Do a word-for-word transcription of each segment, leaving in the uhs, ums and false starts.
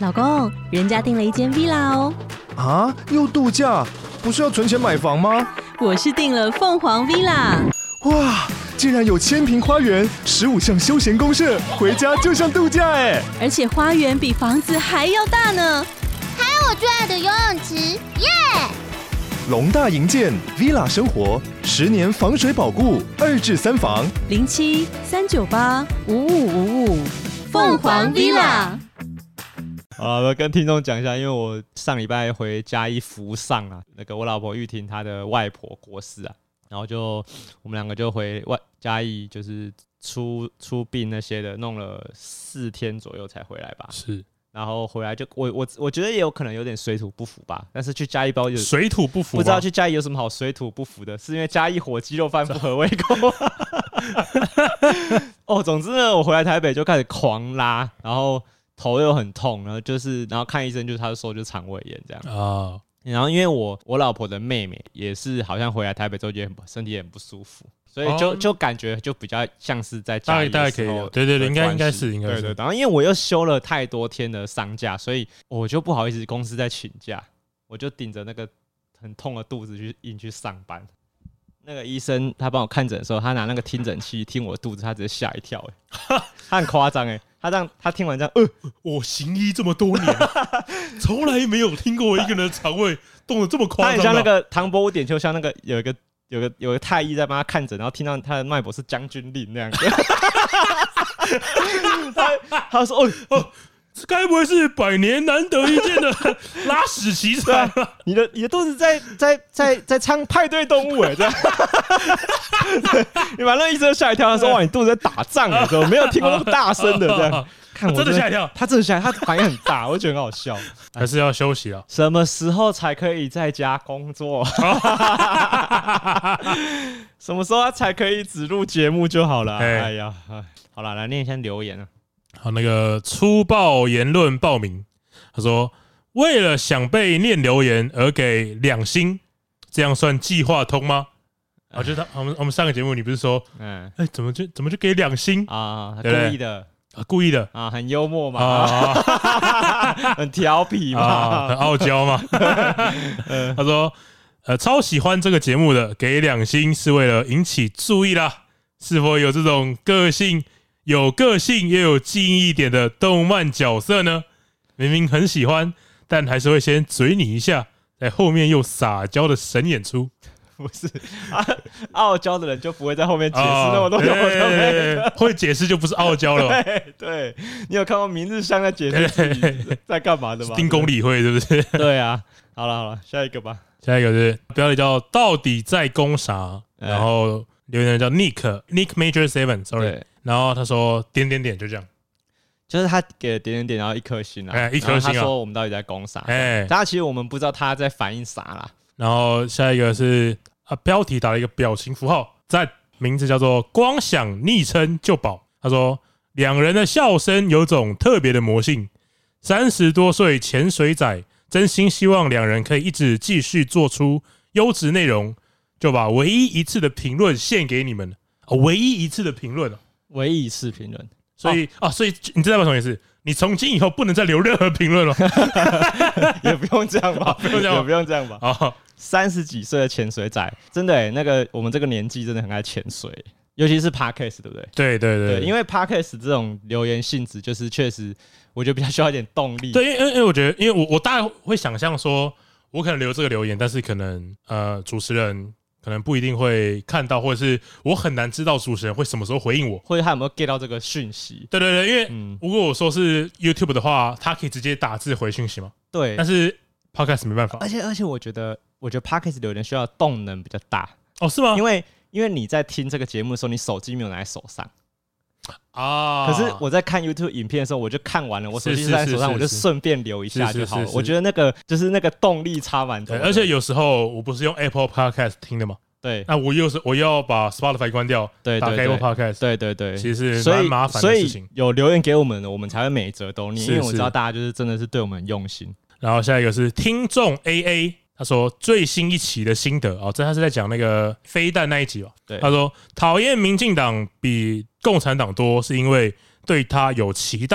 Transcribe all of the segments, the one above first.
老公，人家订了一间 villa 哦。 啊，又度假？不是要存钱买房吗？ 我是订了凤凰 villa。 哇，竟然有千坪花园，十五项休闲公设，回家就像度假哎！ 而且花园比房子还要大呢。 还有我最爱的游泳池，耶！ 龙大营建 villa 生活，十年防水保固，二至三房， 零七三九八五五五五，凤凰 villa。 好了，我跟听众讲一下，因为我上礼拜回嘉义福上啊，那个我老婆玉婷她的外婆过世啊，然后就我们两个就回外嘉义，就是出出殡那些的，弄了四天左右才回来吧。 是。 然后回来就我我我觉得也有可能有点水土不服吧，但是去嘉义包有水土不服， 不知道去嘉义有什么好水土不服的，是因为嘉义火鸡肉饭不合胃口。哦，总之呢，我回来台北就开始狂拉，然后头又很痛，然后就是然后看医生，就是他就说就肠胃炎这样啊。哦、然后因为我我老婆的妹妹也是好像回来台北之后也很身体也很不舒服。所以就、哦、就感觉就比较像是在家里的时候， 对对对，应该应该是应该是。 对对，然后因为我又休了太多天的丧假，所以我就不好意思公司在请假，我就顶着那个很痛的肚子去硬去上班。那个医生他帮我看诊的时候，他拿那个听诊器听我的肚子，他直接吓一跳、欸，他很夸张哎，他这样他听完这样，呃， 我行医这么多年，从来没有听过一个人的肠胃动得这么夸张、啊。 他很像那个唐伯虎点秋香那个有一个。有个有个太医在帮他看诊，然后听到他的脉搏是将军令那样子，他他说：“哦哦， 这该不会是百年难得一见的拉屎奇才吧？ 你的你的肚子在在在在唱派对动物哎，这样，你把那医生吓一跳，他说：哇，你肚子在打仗哎，怎么没有听过那么大声的这样？”看我真的吓一跳， 他真的吓一跳，他反应很大，我觉得很好笑。 还是要休息了。 什么时候才可以在家工作？什么时候他才可以只录节目就好了？哎呀，好了，来念一下留言啊。 好，那个粗暴言论报名，他说为了想被念留言而给两星，这样算计划通吗？啊，就是他，我们我们上个节目你不是说，嗯，哎，怎么就怎么就给两星啊？故意的。 啊，故意的啊，很幽默嘛，啊、很调皮嘛、 啊，很傲娇嘛。他说：“呃，超喜欢这个节目的，给两星是为了引起注意啦。是否有这种个性、有个性又有记忆一点的动漫角色呢？明明很喜欢，但还是会先嘴你一下，在后面又撒娇的神演出。” 不是、啊，傲娇的人就不会在后面解释那么多有的没的， 会解释就不是傲娇了。 对对，你有看过明日香在解释自己在干嘛的吗？ 丁公理会是不是？ 对啊，好了好了，下一个吧。 下一个是标题叫到底在攻啥？然后留言人叫 Nick Nick Major Seven，sorry， 然后他说点点点就这样。 就是他给了点点点，然后一颗星啊， 哎、欸，一颗星啊。 他说我们到底在攻啥？哎、欸，但其实我们不知道他在反映啥啦。 然后下一个是啊，标题打了一个表情符号，在名字叫做光想昵称就饱。他说两人的笑声有种特别的魔性，三十多岁潜水仔，真心希望两人可以一直继续做出优质内容，就把唯一一次的评论献给你们、哦、唯一一次的评论、哦、 唯一一次评论， 所以、哦、啊，所以你知道为什么意思？你从今以后不能再留任何评论了， 也不用这样吧， 不用这样吧， 也不用这样吧。 哦， 三十几岁的潜水仔，真的哎、欸，那个我们这个年纪真的很爱潜水，尤其是 Podcast， 对不对？ 对对 对, 对，因为 Podcast 这种留言性质，就是确实我觉得比较需要一点动力。 对，因为因为我觉得，因为我我大概会想象说，我可能留这个留言，但是可能呃主持人可能不一定会看到，或者是我很难知道主持人会什么时候回应我， 或者他有没有 get 到这个讯息。 对对对，因为、嗯、如果我说是 YouTube 的话，他可以直接打字回讯息嘛。 对， 但是 Podcast 没办法。 而且而且我觉得，我觉得 Podcast 留言需要动能比较大。 哦，是吗？ 因为因为你在听这个节目的时候，你手机没有拿在手上。 啊！ 可是我在看 YouTube 影片的时候，我就看完了，我手机在手上，我就顺便留一下就好了。我觉得那个就是那个动力差蛮多的。 而且有时候我不是用 Apple Podcast 听的嘛， 对， 那我又是我又要把 Spotify 关掉， 对， 打开 Apple Podcast， 对对对， 其实是蛮麻烦的事情。 所以有留言给我们的，我们才会每一则都念，因为我知道大家就是真的是对我们很用心。 然后下一个是听众 A A。他说最新一期的心得哦，这他是在讲那个飞弹那一集吧？ 对， 他说讨厌民进党比共产党多，是因为对他有期待，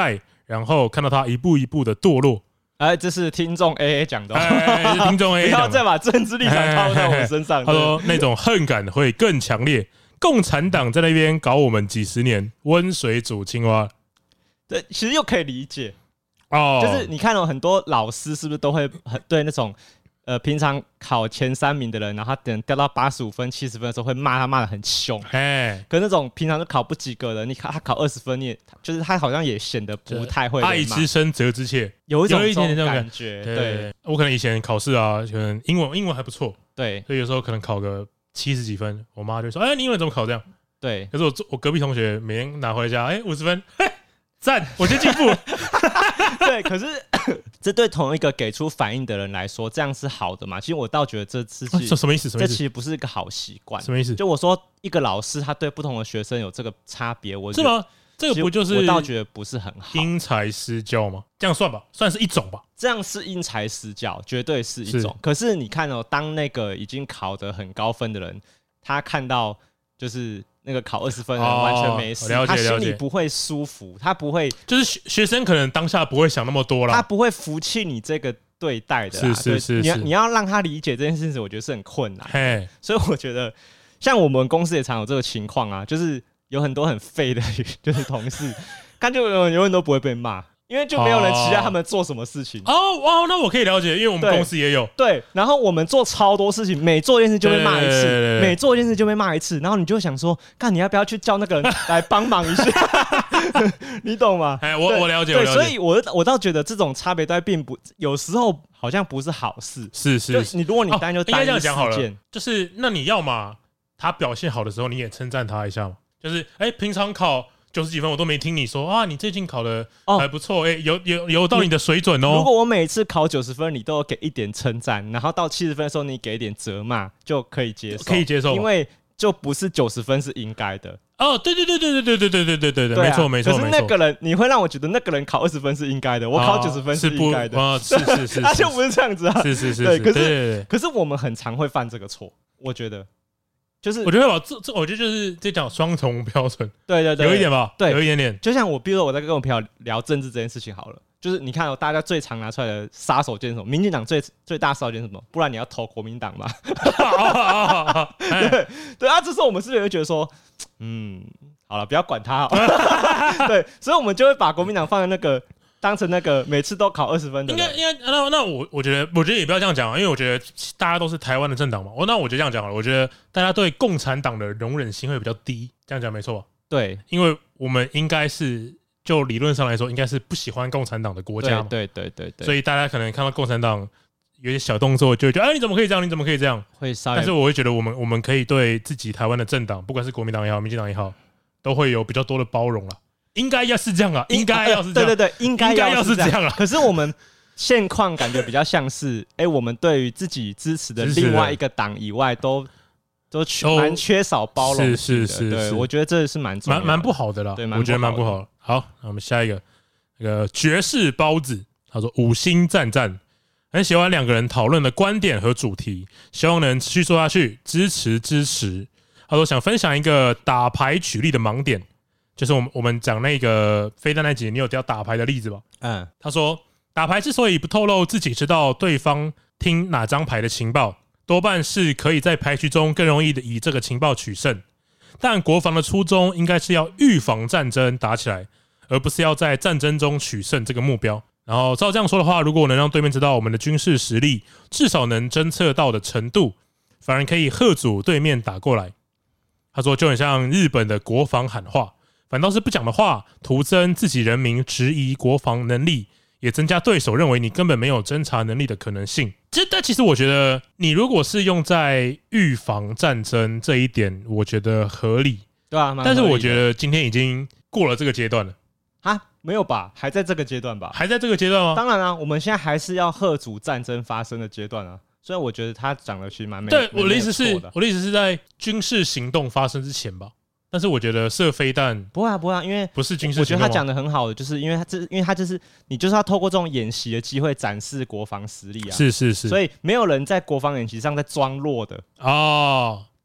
然后看到他一步一步的堕落。 哎，这是听众 A A 讲的、哦， 哎，是听众 A A 讲的， 不要再把政治立场套在我身上。 他说那种恨感会更强烈，共产党在那边搞我们几十年，温水煮青蛙。 对，其实又可以理解哦， 就是你看到、哦、很多老师是不是都会很对那种呃平常考前三名的人，然后他等掉到八十五分、七十分的时候会骂他骂的很凶，哎，可那种平常都考不及格的，你考他考二十分，你也就是他好像也显得不太会。爱之深责之切， 有一种有一点点这种感觉。对， 对我可能以前考试啊，可能英文英文还不错， 对， 所以有时候可能考个七十几分，我妈就说：“哎，你英文怎么考这样？” 对， 可是我我隔壁同学每天拿回家，哎，五十分，嘿，赞，我就进步了。 对，可是这对同一个给出反应的人来说，这样是好的嘛？其实我倒觉得这是、 啊、什么意思？ 这其实不是一个好习惯。 什么意思？ 就我说一个老师他对不同的学生有这个差别，我是吗？这个不就是我倒觉得不是很好， 因材施教吗？这样算吧，算是一种吧。 这样是因材施教，绝对是一种。是可是你看哦，当那个已经考得很高分的人，他看到就是那个考二十分的人完全没事， 哦、 他心里不会舒服，他不会， 就是学学生可能当下不会想那么多啦， 他不会服气你这个对待的啦， 是是是是， 你要你要让他理解这件事情，我觉得是很困难的。所以我觉得，像我们公司也常有这个情况啊，就是有很多很废的，就是同事，他就永远都不会被骂。因为就没有人期待他们做什么事情。 哦哦，那我可以了解，因为我们公司也有。 对，然后我们做超多事情，每做一件事就被骂一次，每做一件事就被骂一次，然后你就想说，看你要不要去叫那个人来帮忙一下，你懂吗？ 哎，我我了解， 对，所以我我倒觉得这种差别待并不，有时候好像不是好事。 是是， 你如果你单就单一事件， 好了，就是那你要嘛，他表现好的时候，你也称赞他一下嘛，就是哎，平常考九十几分我都没听你说啊，你最近考的还不错，哎、哦欸，有有有到你的水准哦。 如果我每次考九十分，你都有给一点称赞，然后到七十分的时候你给一点责骂，就可以接受， 可以接受， 因为就不是九十分是应该的。 哦，对对对对对对对对对对对对，没错没错。 可是那个人，你会让我觉得那个人考二十分是应该的，我考九十分是应该的， 啊，是是是， 他就不是这样子啊， 是是是， 对，可是可是我们很常会犯这个错，我觉得。就是我觉得吧，这这我觉得就是这讲双重标准， 对对对， 有一点吧， 对， 有一点点。 就像我，比如说我在跟我朋友聊政治这件事情好了，就是你看、喔、大家最常拿出来的杀手锏是什么？民进党最最大杀手锏是什么？不然你要投国民党嘛？对对啊，这时候我们是不是会觉得说，嗯，好了，不要管他好了，对，所以我们就会把国民党放在那个。当成那个每次都考二十分的， 应该应该那那我我觉得我觉得也不要这样讲，因为我觉得大家都是台湾的政党嘛。我那我就这样讲好了，我觉得大家对共产党的容忍性会比较低，这样讲没错吧？ 对， 因为我们应该是就理论上来说，应该是不喜欢共产党的国家嘛。 对对对 对, 對， 所以大家可能看到共产党有些小动作，就会觉得哎、欸、你怎么可以这样？你怎么可以这样？ 会稍微， 但是我会觉得我们我们可以对自己台湾的政党，不管是国民党也好，民进党也好，都会有比较多的包容啦。应该要是这样啊，应该要是这样， 对对对，应该要是这样啊。 可是我们现况感觉比较像是，哎、欸，我们对于自己支持的另外一个党以外都，都都蛮缺少包容， 是是是， 对，我觉得这是蛮蛮蛮不好的啦，对，我觉得蛮不好的。好，那我们下一个，那个爵士包子，他说五星赞赞，很喜欢两个人讨论的观点和主题，希望能持续做下去，支持支持。他说想分享一个打牌举例的盲点。就是我们我们讲那个飞弹那集，你有调打牌的例子吧？嗯，他说打牌之所以不透露自己知道对方听哪张牌的情报，多半是可以在牌局中更容易的以这个情报取胜。但国防的初衷应该是要预防战争打起来，而不是要在战争中取胜这个目标。然后照这样说的话，如果能让对面知道我们的军事实力，至少能侦测到的程度，反而可以嚇阻对面打过来。他说就很像日本的国防喊话。反倒是不讲的话，徒增自己人民质疑国防能力，也增加对手认为你根本没有侦查能力的可能性。这但其实我觉得，你如果是用在预防战争这一点，我觉得合理， 对啊。 但是我觉得今天已经过了这个阶段了啊，没有吧？还在这个阶段吧？ 还在这个阶段吗？ 当然啊，我们现在还是要嚇阻战争发生的阶段啊。所以我觉得他讲的其实蛮没对。我的意思是，我的意思是在军事行动发生之前吧。但是我觉得射飞弹不会啊，不会啊，因为不是军事。 我觉得他讲的很好的，就是因为他这，因为他就是你就是要透过这种演习的机会展示国防实力啊。 是是是。 所以没有人在国防演习上在装弱的哦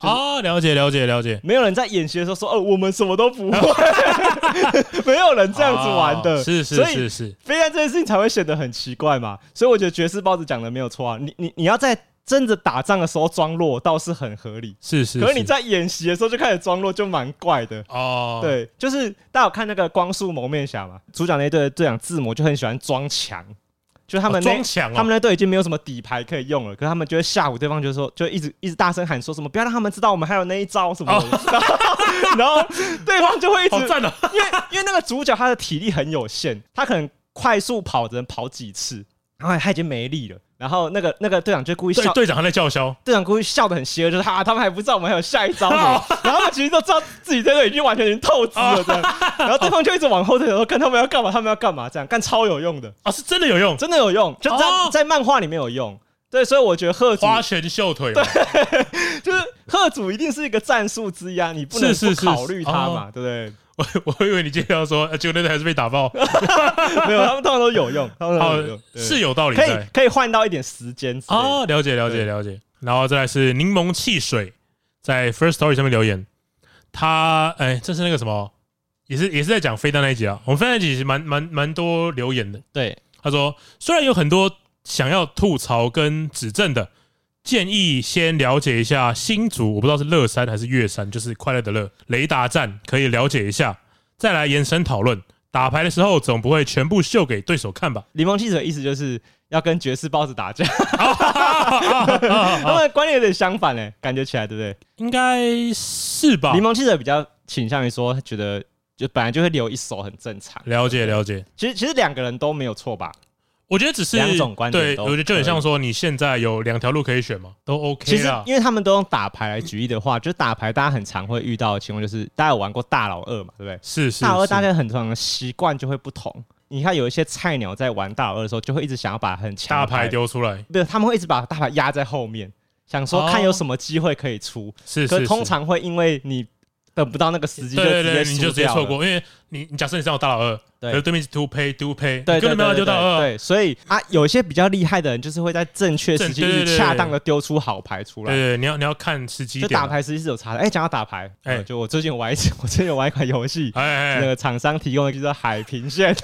哦，了解了解了解， 没有人在演习的时候说哦，我们什么都不会，没有人这样子玩的， 哦、是是所以是是， 飞弹这件事情才会显得很奇怪嘛。所以我觉得爵士包子讲的没有错啊，你你你要在真的打仗的时候装弱倒是很合理， 是是是， 可是你在演习的时候就开始装弱，就蛮怪的哦。 对，就是大家有看那个光速蒙面侠嘛，主角那队的队长字母就很喜欢装强。就他们那、 哦哦、 他们那队已经没有什么底牌可以用了，可是他们就会吓唬对方，就是说，就一直一直大声喊说什么，不要让他们知道我们还有那一招什么的，哦、然后对方就会一直， 好赞哦， 因为因为那个主角他的体力很有限，他可能快速跑只能跑几次，然后他已经没力了。然后那个那个队长就故意笑， 队长还在叫嚣， 队长故意笑得很邪恶，就是哈，他们还不知道我们还有下一招呢。然后他们其实都知道自己在这已经完全已经透支了这样，然后对方就一直往后退，说看他们要干嘛，他们要干嘛，这样干超有用的啊，是真的有用， 真的有用，就在、哦、在漫画里面有用。对，所以我觉得贺主花拳绣腿， 对，就是贺主一定是一个战术之一啊，你不能不考虑他嘛， 是是是对不对？ 我我以为你今天要说，结果那队还是被打爆， 没有，他们通常都有用，他们都有用， 是有道理在， 可以可以换到一点时间哦，了解了解了解。然后再来是柠檬汽水，在 First Story 上面留言，他哎，这是那个什么，也是也是在讲飞弹那一集啊。我们飞弹那一集其实蛮蛮蛮多留言的， 对， 他说虽然有很多想要吐槽跟指正的。建议先了解一下新竹，我不知道是乐山还是月山，就是快乐的乐雷达站，可以了解一下，再来延伸讨论。打牌的时候总不会全部秀给对手看吧？柠檬汽水的意思就是要跟爵士包子打架，他们观念有点相反嘞，感觉起来对不对？ 应该是吧。 柠檬汽水比较倾向于说，觉得就本来就会留一手很正常。 了解了解。 其实其实两个人都没有错吧？ 我觉得只是两种观点， 对，我觉得就很像说你现在有两条路可以选嘛，都 OK 啦。 其实因为他们都用打牌来举例的话，就是打牌大家很常会遇到的情况，就是大家有玩过大老二嘛，对不对？ 是是。 大老二大家很常的习惯就会不同。你看有一些菜鸟在玩大老二的时候，就会一直想要把很强大牌丢出来， 不是他们会一直把大牌压在后面，想说看有什么机会可以出。 是是。 可通常会因为你等不到那个时机，就直接你就直接错过，因为你你假设你是有大老二。可是对面是 two pay two pay， 对， 根本没有丢到二， 对，所以啊，有一些比较厉害的人，就是会在正确时机、恰当的丢出好牌出来。 对对，你要你要看时机点， 就打牌时机是有差的。哎，讲到打牌，哎，就我最近有玩一，我最近有玩一款游戏，哎，那个厂商提供的叫做海平线，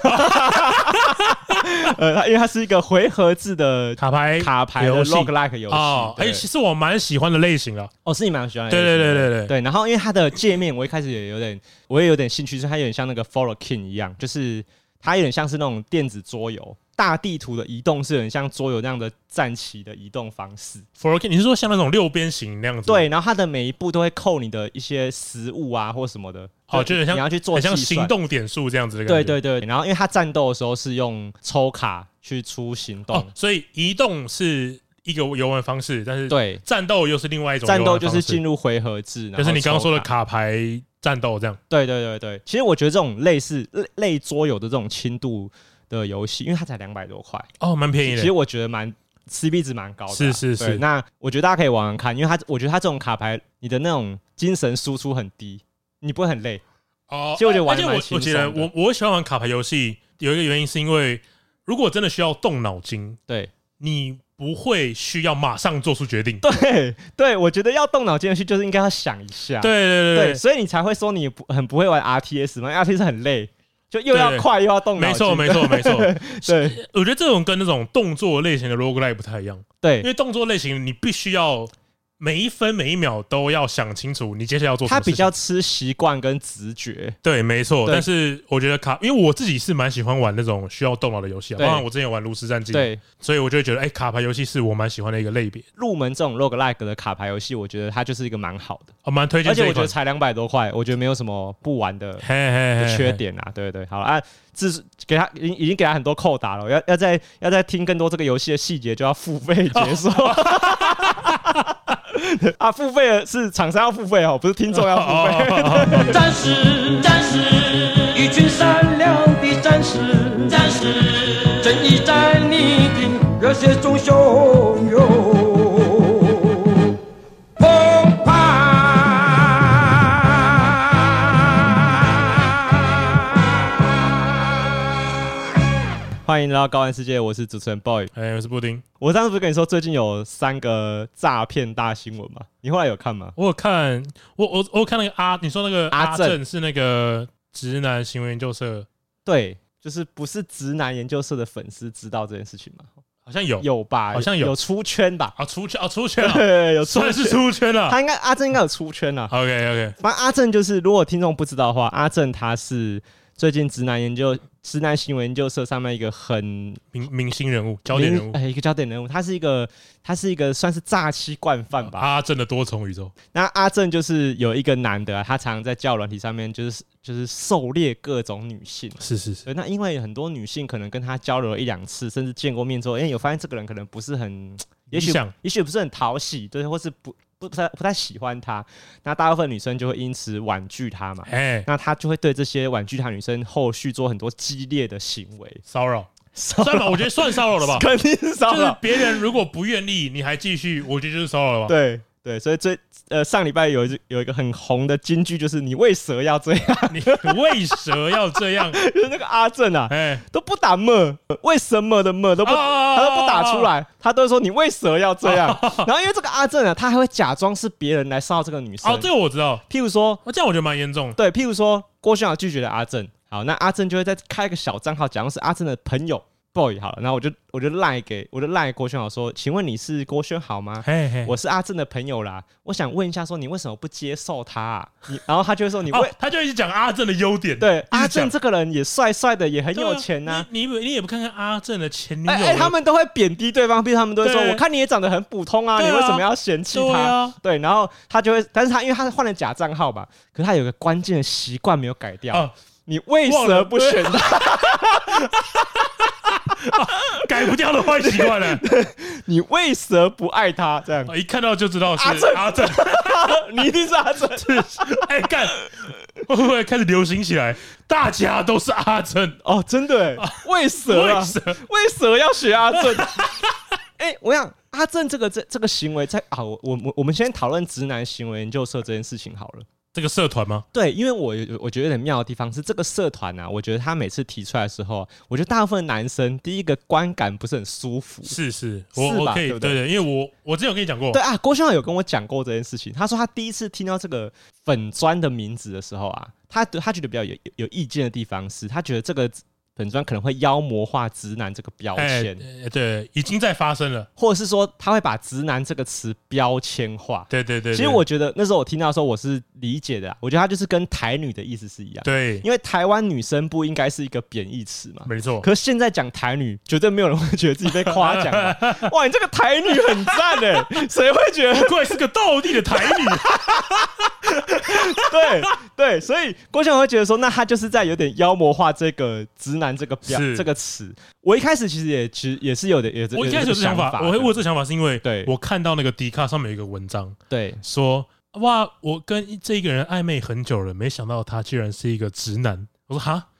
呃，因为它是一个回合制的卡牌卡牌的 roguelike 游戏。 哦，哎，其实我蛮喜欢的类型了。 哦，是你蛮喜欢的。 对对对对对对。然后因为它的界面，我一开始也有点，我也有点兴趣，就是它有点像那个 Follow King 一样，就是。它有点像是那种电子桌游，大地图的移动是有点像桌游那样的战棋的移动方式。 For King， 你是说像那种六边形那样子？ 对，然后它的每一步都会扣你的一些食物啊或什么的。 哦，就很像你要去做， 很像行动点数这样子的感觉。 对对对，然后因为它战斗的时候是用抽卡去出行动， 哦、所以移动是一个游玩方式，但是对战斗又是另外一种战斗，就是进入回合制， 就是你刚刚说的卡牌。战斗这样， 对对对对，其实我觉得这种类似类类桌游的这种轻度的游戏，因为它才两百多块哦，蛮便宜的。 其实我觉得蛮 C P 值蛮高的、啊， 是是是。 那我觉得大家可以玩玩看，因为它我觉得它这种卡牌，你的那种精神输出很低，你不会很累哦。 其实我觉得玩得蛮我我觉得我我喜欢玩卡牌游戏，有一个原因是因为如果真的需要动脑筋， 对你。不会需要马上做出决定， 对对，我觉得要动脑筋的游戏就是应该要想一下， 对对 对, 对，所以你才会说你不很不会玩 R T S 嘛 ，R T S 很累，就又要快又要动脑筋， 没错没错没错， 对， 我觉得这种跟那种动作类型的 roguelike 不太一样， 对， 因为动作类型你必须要。每一分每一秒都要想清楚，你接下来要做什么事情。 他比较吃习惯跟直觉， 对，没错。但是我觉得卡，因为我自己是蛮喜欢玩那种需要动脑的游戏啊，包括我之前有玩炉石战记， 对， 所以我就会觉得，哎、欸，卡牌游戏是我蛮喜欢的一个类别。 入门这种 roguelike 的卡牌游戏，我觉得它就是一个蛮好的， 我蛮推荐。 而且我觉得才两百多块，我觉得没有什么不玩的缺点啊。对对对，好啊，这是给他已已经给他很多扣打了，要要再要再听更多这个游戏的细节，就要付费解说。啊，付费的是厂商要付费哦，不是听众要付费。 战士，战士，一群善良的战士，战士，正义在你的热血中汹涌澎湃。 欢迎迎来到高玩世界，我是主持人 Boy， 哎、欸，我是布丁。 我上次不是跟你说最近有三个诈骗大新闻吗？你后来有看吗？ 我有看，我我我有看那个阿，你说那个阿正正是那个直男行为研究社， 对，就是不是直男研究社的粉丝知道这件事情吗？ 好像有有吧？ 好像有有出圈吧？ 啊，出圈啊，出圈了， 对，有出算是出圈了。 他应该阿正应该有出圈了。 OK OK， 反正阿正就是，如果听众不知道的话，阿正他是最近直男研究、直男行为研究社上面一个很明明星人物、焦点人物， 哎、欸，一个焦点人物，他是一个，他是一个算是诈欺惯犯吧。 阿正的多重宇宙。 那阿正就是有一个男的、啊，他常常在交友软体上面就是就是狩猎各种女性。 是是是。 那因为很多女性可能跟他交流了一两次，甚至见过面之后，哎、欸，有发现这个人可能不是很，也许也许不是很讨喜，对，或是不。不太不太喜欢他，那大部分女生就会因此婉拒他嘛， 欸、 那他就会对这些婉拒他女生后续做很多激烈的行为， 骚扰，算吧，我觉得算骚扰了吧， 肯定是骚扰。 就是别人如果不愿意，你还继续，我觉得就是骚扰了吧。 对对，所以最呃上礼拜有一有一个很红的金句，就是你为蛇要这样， 你为蛇要这样， 就是那个阿正啊， 欸、 都不打么，为什么的么都不， 啊、 他都不打出来，他都说你为蛇要这样。然后因为这个阿正啊，他还会假装是别人来骚扰这个女生。 哦，这个我知道。 譬如说， 哦、这样我觉得蛮严重的。 对，譬如说郭轩豪拒绝了阿正，好，那阿正就会再开一个小账号，假装是阿正的朋友。boy 好了，然后我就我就赖给我就赖郭轩豪说，请问你是郭轩豪吗？ 嘿嘿， 我是阿正的朋友啦，我想问一下，说你为什么不接受他、啊？你然后他就会说你为、 哦、他就一直讲阿正的优点， 对，阿正这个人也帅帅的，也很有钱呐、啊。 你你你也不看看阿正的前女友，哎、 欸欸，他们都会贬低对方，比如他们都会说，我看你也长得很普通啊，啊你为什么要嫌弃他？对, 啊、对，然后他就会，但是他因为他换了假账号吧，可是他有个关键的习惯没有改掉，哦、你为何不选他？ 啊、改不掉的坏习惯了。 你为何不爱他？这样、 哦、一看到就知道是阿正， 阿正你一定是阿正。 哎，干、欸，会不会开始流行起来？大家都是阿正哦，真的哎，为何啊？为何要学阿正？哎、欸，我想阿正这个这这个行为在，在啊，我我我们先讨论直男行为研究社这件事情好了。 这个社团吗？对， 因为我我觉得有点妙的地方是，这个社团啊，我觉得他每次提出来的时候，我觉得大部分男生第一个观感不是很舒服。 是是，我我可以对 对, 對，因为我我之前有跟你讲过， 对啊，郭轩豪有跟我讲过这件事情。他说他第一次听到这个粉专的名字的时候啊，他他觉得比较有有意见的地方是，他觉得这个粉专可能会妖魔化直男这个标签、 欸，对，已经在发生了， 或者是说他会把直男这个词标签化。 对对 对, 對， 其实我觉得那时候我听到的时候我是理解的、啊，我觉得他就是跟台女的意思是一样。 对， 因为台湾女生不应该是一个贬义词嘛， 没错。 可是现在讲台女，绝对没有人会觉得自己被夸奖嘛。哇，你这个台女很赞哎，谁会觉得？ 不愧是个道地的台女。 对对，所以郭轩豪会觉得说，那他就是在有点妖魔化这个直男这个标这个词。我一开始其实也其实也是有的，有我一开始有这想法，我会有这想法是因为对我看到那个 D 卡上面有一个文章， 对， 说哇，我跟这一个人暧昧很久了，没想到他居然是一个直男。我说哈。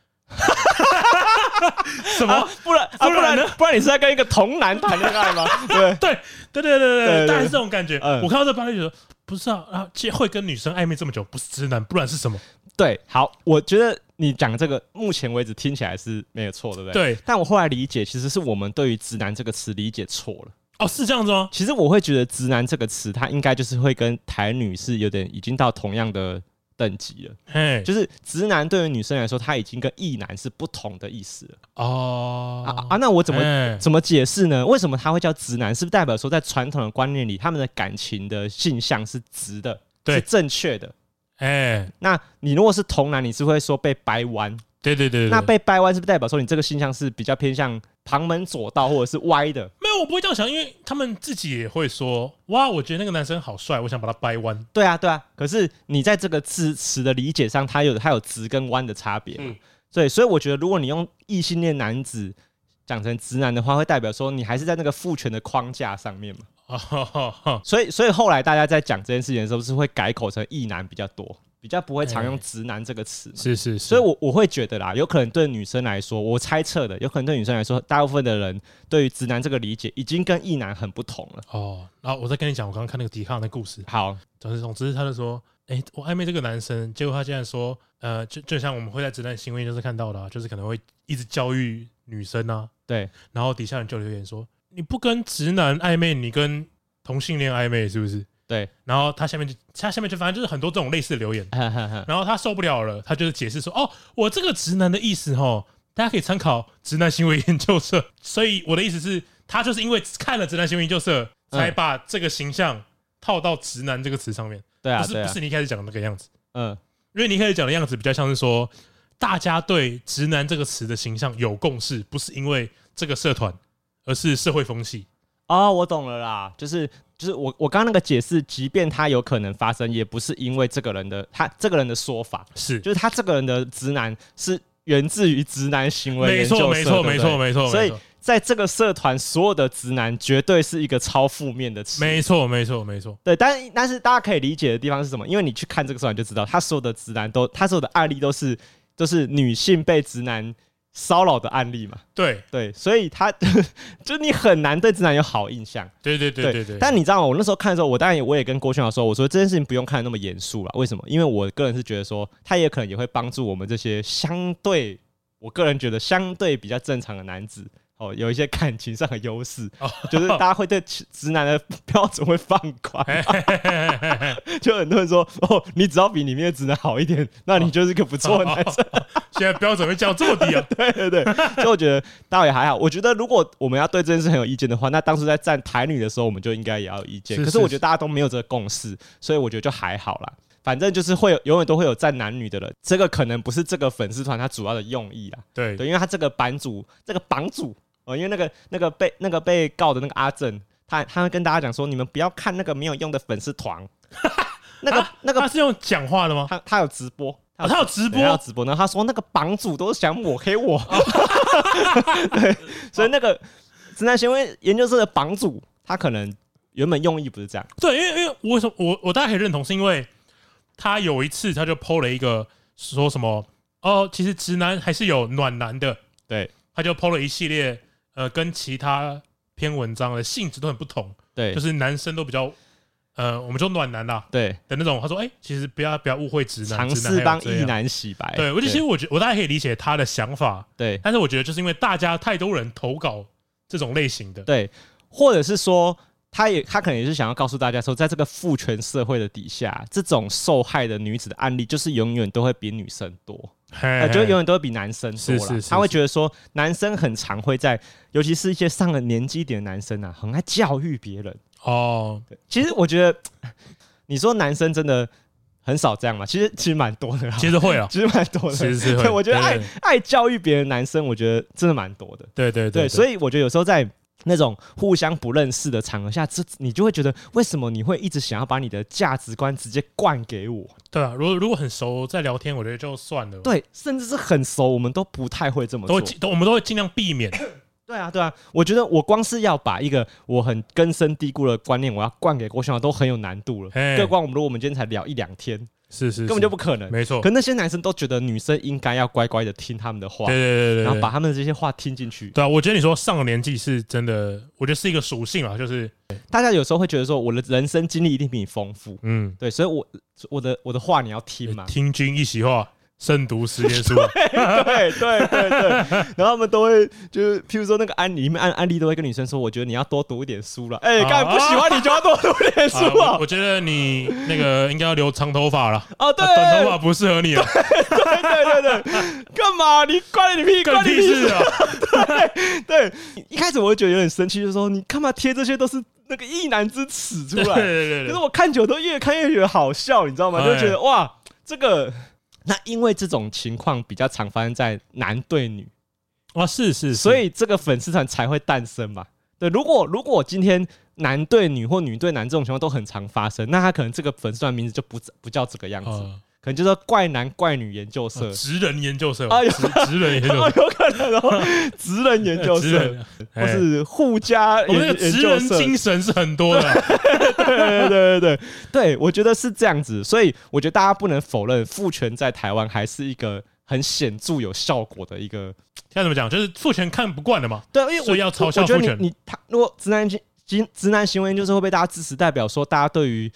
什么？啊、 不然、啊、不然呢？不然你是在跟一个同男谈恋爱吗？对对对对对对对，大概是这种感觉。 嗯、 我看到这八就觉得不是啊，啊，会跟女生暧昧这么久，不是直男，不然是什么？ 对，好，我觉得你讲这个目前为止听起来是没有错，对不对？ 对。 但我后来理解，其实是我们对于直男这个词理解错了。 哦，是这样子吗？ 其实我会觉得直男这个词，它应该就是会跟台女是有点已经到同样的等级了。 嘿， 就是直男对于女生来说，他已经跟异男是不同的意思了。 哦啊啊，那我怎么怎么解释呢？为什么他会叫直男？是不是代表说在传统的观念里，他们的感情的性向是直的，是正确的？ 哎， 那你如果是同男，你是会说被掰弯？ 对对 对, 對， 那被掰弯是不是代表说你这个性向是比较偏向旁门左道或者是歪的？ 没有，我不会这样想，因为他们自己也会说，哇，我觉得那个男生好帅，我想把他掰弯。 对啊，对啊。可是你在这个字词的理解上，它有它有直跟弯的差别。嗯，对，所以我觉得，如果你用异性恋男子讲成直男的话，会代表说你还是在那个父权的框架上面嘛。哦、所以，所以后来大家在讲这件事情的时候，是会改口成异男比较多。比较不会常用直男这个词、欸， 是是是， 所以我我会觉得啦，有可能对女生来说，我猜测的，有可能对女生来说，大部分的人对于直男这个理解已经跟异男很不同了。 哦，然后我再跟你讲，我刚刚看那个迪卡的故事。 好， 总之总之，他就说， 哎、欸，我暧昧这个男生，结果他竟然说，呃，就就像我们会在直男行为就是看到的、啊，就是可能会一直教育女生啊， 对， 然后底下人就留言说，你不跟直男暧昧，你跟同性恋暧昧是不是？ 对， 然后他下面就他下面就反正就是很多这种类似的留言，然后他受不了了，他就是解释说，哦，我这个直男的意思齁，大家可以参考直男行为研究社，所以我的意思是，他就是因为看了直男行为研究社，才把这个形象套到直男这个词上面。对啊，不是对啊不是你一开始讲的那个样子。嗯，因为你一开始讲的样子比较像是说，大家对直男这个词的形象有共识，不是因为这个社团，而是社会风气。 哦，我懂了啦，就是就是我我刚刚那个解释，即便他有可能发生，也不是因为这个人的他这个人的说法，是就是他这个人的直男是源自于直男行为研究社， 没错没错没错没错， 所以在这个社团，所有的直男绝对是一个超负面的词， 没错没错没错。 对，但但是大家可以理解的地方是什么？因为你去看这个社团就知道，他所有的直男都，他所有的案例都是都是女性被直男骚扰的案例嘛。 对对，所以他就你很难对直男有好印象。 对对对对 对, 对。 但你知道吗？我那时候看的时候，我当然也我也跟郭轩豪说，我说这件事情不用看得那么严肃啦。为什么？因为我个人是觉得说，他也可能也会帮助我们这些相对，我个人觉得相对比较正常的男子。哦，有一些感情上的优势，哦，就是大家会对直男的标准会放宽，就很多人说，哦，你只要比里面的直男好一点，那你就是个不错的男生。哦哦哦哦， 现在标准会降这么低啊？ 对对对，所以我觉得大家也还好。我觉得如果我们要对这件事很有意见的话，那当初在站台女的时候，我们就应该也要有意见。是是是，可是我觉得大家都没有这个共识，所以我觉得就还好啦。反正就是会有永远都会有站男女的人，这个可能不是这个粉丝团它主要的用意啦。 对对，因为他这个版主，这个榜主。哦，因为那个那个被那个被告的那个阿正，他他会跟大家讲说，你们不要看那个没有用的粉丝团。那个、啊、那个他是用讲话的吗？ 他他有直播， 他有、哦、他有直播， 他有直播。然后他说那个榜主都是想抹黑我。对，所以那个直男行为研究社的榜主，他可能原本用意不是这样。 对，因为因为我为什么我我大概可以认同，是因为他有一次他就 po 了一个说什么哦，其实直男还是有暖男的。 对， 他就 po 了一系列。呃，跟其他篇文章的性质都很不同， 对， 就是男生都比较，呃，我们说暖男啦， 对的那种。他说，哎、欸，其实不要不要误会直男， 尝试帮异男洗白。 对，我就其实我觉得我大概可以理解他的想法， 对， 但是我觉得就是因为大家太多人投稿这种类型的， 对，或者是说他也他可能也是想要告诉大家说，在这个父权社会的底下，这种受害的女子的案例，就是永远都会比女生多。呃，就永远都会比男生多啦。他会觉得说，男生很常会在，尤其是一些上了年纪一点的男生啊，很爱教育别人。哦，其实我觉得，你说男生真的很少这样嘛？其实其实蛮多的啦。 其实会啊， 其实蛮多的。 其实是会。 对，我觉得爱爱教育别人的男生，我觉得真的蛮多的。 对对 对, 对。所以我觉得有时候在那种互相不认识的场合下，这你就会觉得，为什么你会一直想要把你的价值观直接灌给我？ 对啊，如果如果很熟在聊天，我觉得就算了。 对，甚至是很熟，我们都不太会这么做， 都都我们都会尽量避免。 对啊，对啊，我觉得我光是要把一个我很根深蒂固的观念，我要灌给郭轩豪，都很有难度了。更何况我们如果我们今天才聊一两天。 是 是, 是， 根本就不可能， 没错。 可那些男生都觉得女生应该要乖乖的听他们的话， 对对 对, 对, 对， 然后把他们的这些话听进去。 对啊，我觉得你说上了年纪是真的，我觉得是一个属性啊，就是大家有时候会觉得说，我的人生经历一定比你丰富，嗯，对，所以我我的我的话你要听嘛， 听君一席话。慎读十年书， 对对对对，然后他们都会就是，譬如说那个安里面安安利都会跟女生说，我觉得你要多读一点书了。哎、欸，干、啊、不喜欢你就要多读一点书啊！ 啊 我, 我觉得你那个应该要留长头发了。 哦，对， 短头发不适合你了。 对对对对，干嘛？你关你屁，关你屁事啊！对对，一开始我会觉得有点生气，就是说你干嘛贴这些都是那个异男之耻出来？对对 对, 对。可是我看久都越看越觉得好笑，你知道吗？就觉得哇，这个。那因为这种情况比较常发生在男对女， 哦，是 是, 是， 所以这个粉丝团才会诞生嘛。对，如果如果今天男对女或女对男这种情况都很常发生，那他可能这个粉丝团名字就不不叫这个样子。呃可能就说怪男怪女研究社， 职人研究社啊，有职人研究社， 有可能哦，职人研究社，或是互家， 我们的职人精神是很多的， 对对对对对，对我觉得是这样子，所以我觉得大家不能否认，父权在台湾还是一个很显著有效果的一个。 该怎么讲？就是父权看不惯了嘛， 对，因为所以要嘲笑父权。 你他如果直男直直男行为研究社会被大家支持，代表说大家对于。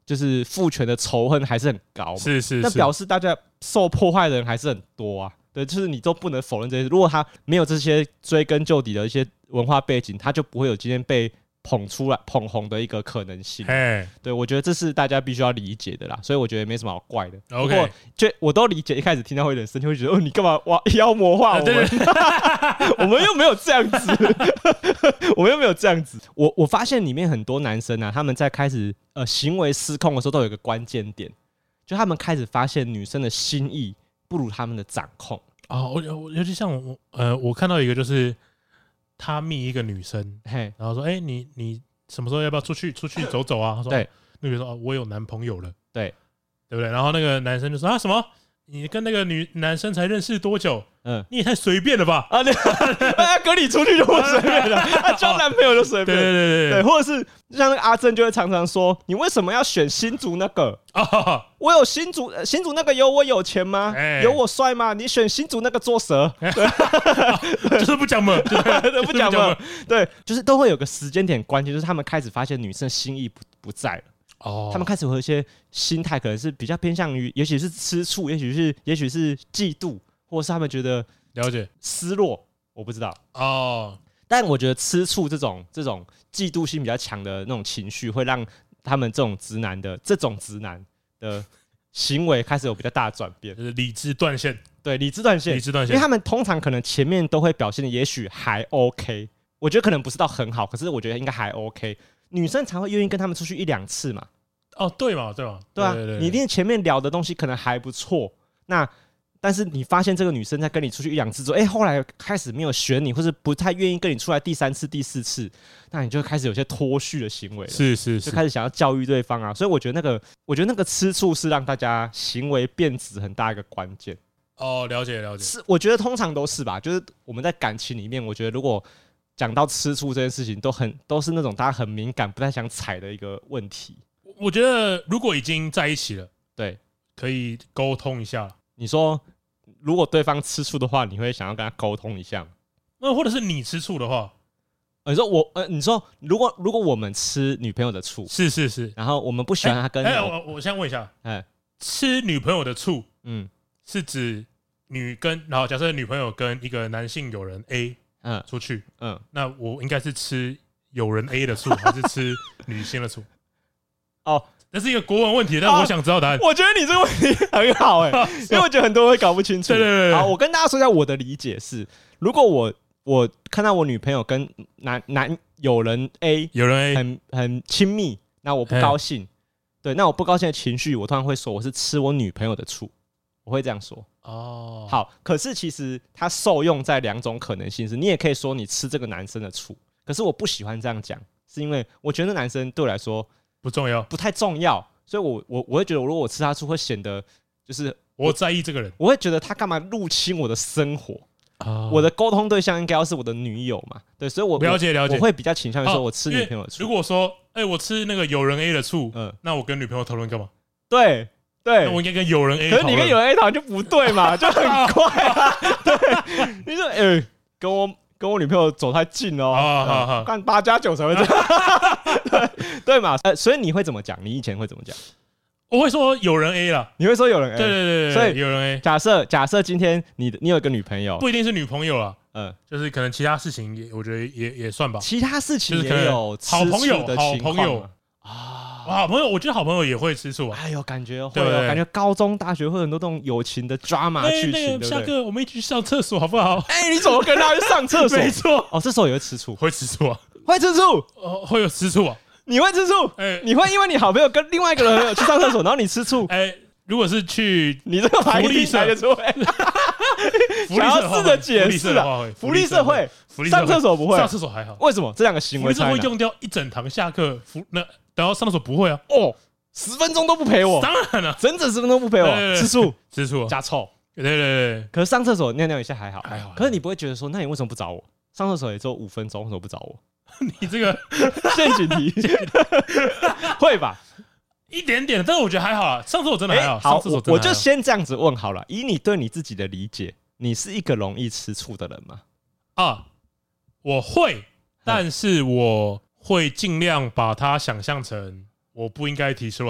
就是父权的仇恨还是很高嘛， 是是， 那表示大家受迫害的人还是很多啊。对，就是你都不能否认这些。如果他没有这些追根究底的一些文化背景，他就不会有今天被捧出来、捧红的一个可能性。对，我觉得这是大家必须要理解的啦，所以我觉得没什么好怪的。 OK， 不过就我都理解，一开始听到会有点生气，会觉得哦，你干嘛哇妖魔化我们？我们又没有这样子，我们又没有这样子。我我发现里面很多男生啊，他们在开始呃行为失控的时候，都有一个关键点，就他们开始发现女生的心意不如他们的掌控。 哦，我我尤其像我呃，我看到一个就是他密一个女生，然后说，哎、欸，你你什么时候要不要出去出去走走啊？他说，对，那个人说，哦，我有男朋友了， 对， 对不对？然后那个男生就说啊，什么？你跟那个女男生才认识多久？嗯，你也太随便了吧！啊，对， 他跟你出去就不随便了，他交男朋友就随便，对对对对，或者是像那个阿正就会常常说，你为什么要选新竹那个？哦，我有新竹新竹那个有我有钱吗？欸、有我帅吗？你选新竹那个做蛇， 就是不讲嘛， 不讲嘛，对，就是都会有个时间点关键，就是他们开始发现女生心意不不在了。哦，他们开始会有一些心态，可能是比较偏向于，也许是吃醋，也许是，也许是嫉妒，或者是他们觉得了解失落，我不知道哦。但我觉得吃醋这种这种嫉妒心比较强的那种情绪，会让他们这种直男的这种直男的行为开始有比较大的转变， 就是理智断线。 对，理智断线， 理智断线， 因为他们通常可能前面都会表现的也许还 OK， 我觉得可能不是到很好，可是我觉得应该还 OK。女生才会愿意跟他们出去一两次嘛。 哦，对嘛，对嘛， 对啊， 对对对， 你一定前面聊的东西可能还不错，那但是你发现这个女生在跟你出去一两次之后，哎、欸，后来开始没有选你，或是不太愿意跟你出来第三次、第四次，那你就开始有些脱序的行为了， 是是是， 就开始想要教育对方啊。所以我觉得那个，我觉得那个吃醋是让大家行为变质很大一个关键。 哦，了解了解， 是，我觉得通常都是吧，就是我们在感情里面，我觉得如果讲到吃醋这件事情，都很都是那种大家很敏感、不太想踩的一个问题。 我觉得如果已经在一起了， 对， 可以沟通一下了。 你说，如果对方吃醋的话，你会想要跟他沟通一下吗？ 那或者是你吃醋的话， 你说我呃，你说如果如果我们吃女朋友的醋， 是是是， 然后我们不喜欢他跟， 哎、欸欸，我我先问一下，哎、欸，吃女朋友的醋，嗯，是指女跟，然后假设女朋友跟一个男性友人 A， 嗯，出去，嗯，那我应该是吃友人 A 的醋，还是吃女性的醋？哦，那是一个国文问题，但我想知道答案。 啊、我觉得你这个问题很好哎、欸，因为我觉得很多人会搞不清楚。 对对 对, 对， 好，我跟大家说一下我的理解是：如果我我看到我女朋友跟男男友人 A 友人 A 很很亲密，那我不高兴，对，那我不高兴的情绪，我通常会说我是吃我女朋友的醋，我会这样说。哦，好，可是其实它受用在两种可能性是，你也可以说你吃这个男生的醋，可是我不喜欢这样讲，是因为我觉得那男生对我来说。 不重要， 不太重要，所以我我我会觉得，如果我吃他醋，会显得就是我在意这个人， 我会觉得他干嘛入侵我的生活？哦、我的沟通对象应该要是我的女友嘛？对，所以我了解了解， 我会比较倾向于说我吃女朋友的醋。 如果说，哎、欸，我吃那个友人 A 的醋，嗯，那我跟女朋友讨论干嘛？ 对对， 那我应该跟友人 A， 可是你跟友人 A 讨论就不对嘛，就很怪啊。对，你说，哎、欸，跟我。跟我女朋友走太近哦，干八加九才会这样，对对嘛？呃，所以你会怎么讲？你以前会怎么讲？ 我会说有人 A 啦， 你会说有人 A， 对对对对， 所以有人 A。 假设假设今天你你有一个女朋友， 不一定是女朋友啦，嗯，就是可能其他事情也，我觉得也也算吧。 其他事情也有好朋友，好朋友啊。 好朋友，我觉得好朋友也会吃醋啊。 哎呦，感觉会有，感觉高中、大学会有很多这种友情的 drama 剧情，对不对？ 下课我们一起去上厕所好不好？ 哎，你怎么跟他去上厕所？ 没错， 哦，这时候也会吃醋， 会吃醋啊， 会吃醋， 哦，会有吃醋啊。 你会吃醋？哎，你会因为你好朋友跟另外一个人去上厕所，然后你吃醋？ 哎，如果是去你这个排力排得出来，想要试着解释啊。福利社会，上厕所不会， 上厕所还好。 为什么这两个行为？ 福利社会用掉一整堂下课，那然后上厕所不会啊？ 哦。十分钟都不陪我， 当然了， 整整十分钟不陪我，吃醋， 吃醋， 加臭， 对对对。 可是上厕所尿尿一下还好，还好。可是你不会觉得说，那你为什么不找我？上厕所也只有五分钟，为什么不找我？ 你这个陷阱题，会吧？ 一点点，但是我觉得还好啊。上厕所真的还好， 好， 上厕所真的还好。 我就先这样子问好了。以你对你自己的理解，你是一个容易吃醋的人吗？ 啊，我会，但是我会尽量把它想象成。我不应该提出来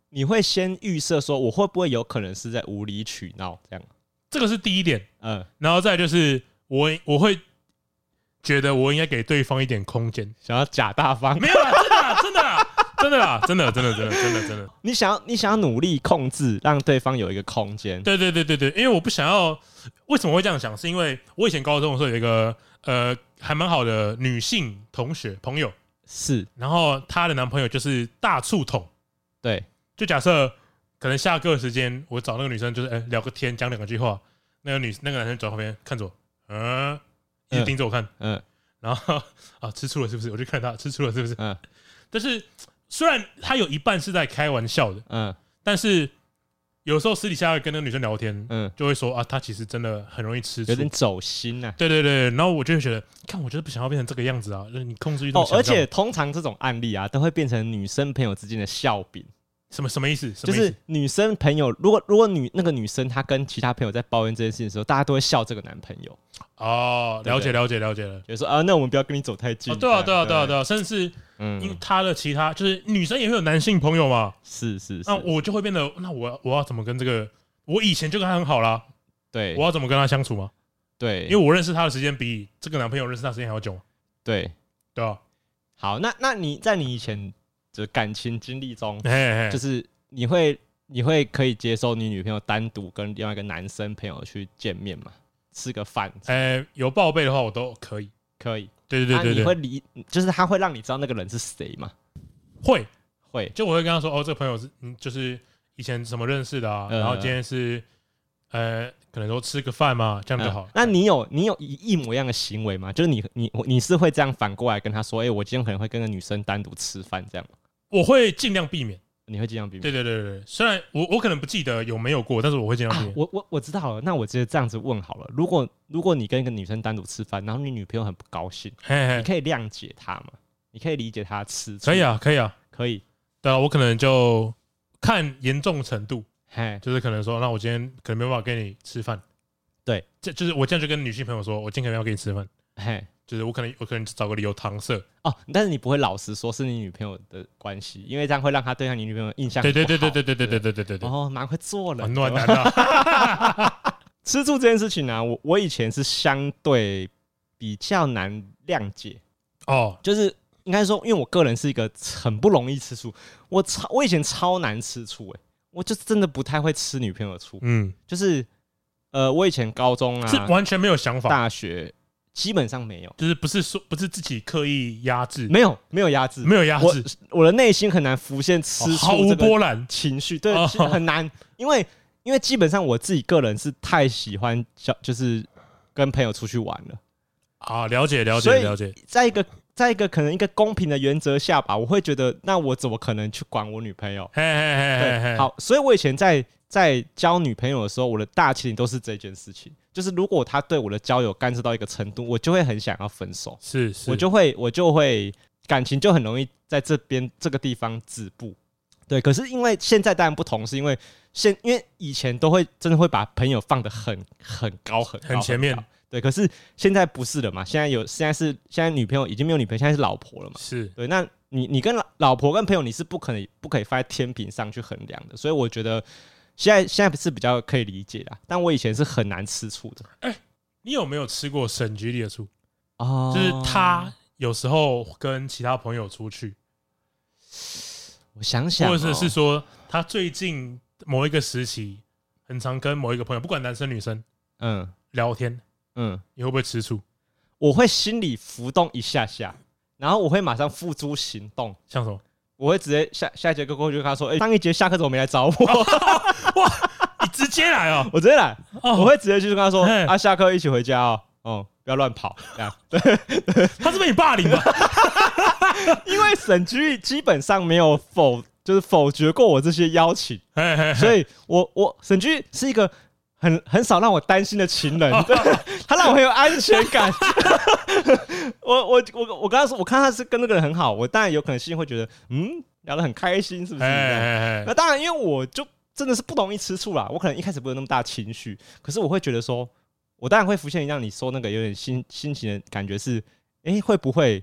你会先预设说我会不会有可能是在无理取闹这样？ 这个是第一点， 嗯， 然后再来就是我我会觉得我应该给对方一点空间， 想要假大方， 没有啦，真的啦，真的啦，真的啦，真的真的真的真的真的， 你想要你想要努力控制，让对方有一个空间。 对对对对对，因为我不想要，为什么会这样想？是因为我以前高中的时候有一个呃还蛮好的女性同学朋友， 是， 然后她的男朋友就是大醋桶， 对， 就假设可能下课时间，我找那个女生就是哎、欸、聊个天，讲两个句话，那个女那个男生走旁边看着我，嗯，一直盯着我看，嗯，嗯然后啊吃醋了是不是？我就看他吃醋了是不是？嗯，但是虽然他有一半是在开玩笑的，嗯，但是有时候私底下跟那个女生聊天，嗯，就会说啊，他其实真的很容易吃醋， 有点走心啊。 对对对，然后我就会觉得，看我就是不想要变成这个样子啊，就是你控制欲这么强。 哦，而且通常这种案例啊，都会变成女生朋友之间的笑柄。 什么什么意思？ 就是女生朋友，如果如果女那个女生她跟其他朋友在抱怨这件事情的时候，大家都会笑这个男朋友。 哦，了解了解了解了， 就是说啊，那我们不要跟你走太近。 哦、对啊对啊对啊对啊，甚至嗯，因为他的其他就是女生也会有男性朋友嘛， 是是是， 那我就会变得，那我我要怎么跟这个？我以前就跟他很好啦， 对， 我要怎么跟他相处吗？ 对， 因为我认识他的时间比这个男朋友认识他的时间还要久。 对对啊， 好，那那你在你以前的感情经历中， 嘿嘿就是你会你会可以接受你女朋友单独跟另外一个男生朋友去见面吗？吃个饭？ 呃，有报备的话我都可以， 可以。 对对对对， 你会理，就是他会让你知道那个人是谁吗？ 会会， 就我会跟他说，哦，这个朋友是嗯，就是以前怎么认识的啊，呃、然后今天是呃，可能说吃个饭嘛，这样就好、呃。 那你有你有一模一样的行为吗？就是你你你是会这样反过来跟他说，哎、欸，我今天可能会跟个女生单独吃饭这样吗？ 我会尽量避免。 你会尽量避免？ 对对对对，虽然我我可能不记得有没有过，但是我会尽量避免。 啊、我我我知道了，那我直接这样子问好了。如果如果你跟一个女生单独吃饭，然后你女朋友很不高兴， 嘿嘿， 你可以谅解她吗？你可以理解她吃醋？ 可以啊，可以啊， 可以。 对啊，我可能就看严重程度， 嘿， 就是可能说，那我今天可能没办法跟你吃饭。 对， 这就是我这样就跟女性朋友说，我今天可能要跟你吃饭。 嘿。 就是我可能我可能找个理由搪塞哦，但是你不会老实说是你女朋友的关系，因为这样会让他对他你女朋友印象对对对对对对对对对对对哦，蛮会做人， 很暖男啊。 吃醋这件事情呢、啊，我我以前是相对比较难谅解哦， 就是应该说，因为我个人是一个很不容易吃醋，我超我以前超难吃醋哎、欸，我就真的不太会吃女朋友的醋，嗯，就是呃，我以前高中啊是完全没有想法， 大学。基本上没有， 就是不是说不是自己刻意压制， 没有没有压制， 没有压制， 我, 我的内心很难浮现吃醋、 哦、毫无波澜情绪，对，哦、很难，因为因为基本上我自己个人是太喜欢就是跟朋友出去玩了啊，了解了解了解， 在一个在一个可能一个公平的原则下吧，我会觉得那我怎么可能去管我女朋友？ 嘿嘿嘿嘿嘿， 好，所以我以前在在交女朋友的时候，我的大前提都是这件事情。就是如果他对我的交友干涉到一个程度，我就会很想要分手， 是是， 我就会我就会感情就很容易在这边这个地方止步。对，可是因为现在当然不同，是因为现因为以前都会真的会把朋友放得很很高很高很前面， 对，可是现在不是了嘛，现在有现在是现在女朋友已经没有女朋友，现在是老婆了嘛， 是对，那你你跟老婆跟朋友你是不可能不可以放在天平上去衡量的，所以我觉得。现在现在是比较可以理解啦，但我以前是很难吃醋的。 哎、欸，你有没有吃过沈菊里的醋？ 哦， 就是他有时候跟其他朋友出去， 我想想、哦， 或者是说他最近某一个时期，很常跟某一个朋友，不管男生女生，嗯，聊天，嗯，你会不会吃醋？ 我会心里浮动一下下，然后我会马上付诸行动， 像什么？ 我会直接下下一节课过去跟他说：“哎、欸，上一节下课怎么没来找我？” 哇，你直接来哦！ 我直接来，哦、我会直接去跟他说：“啊，下课一起回家哦，哦，不要乱跑。”这样，对， 他是被你霸凌吧？ 因为沈居基本上没有否，就是否决过我这些邀请，嘿嘿嘿，所以我我沈居是一个很很少让我担心的情人，对，他让我很有安全感。我我我我跟他说，我看他是跟那个人很好，我当然有可能心里会觉得，嗯，聊得很开心，是不是？那当然，因为我就真的是不容易吃醋啦，我可能一开始不会有那么大情绪，可是我会觉得说，我当然会浮现让你说那个有点心心情的感觉是，哎、欸，会不会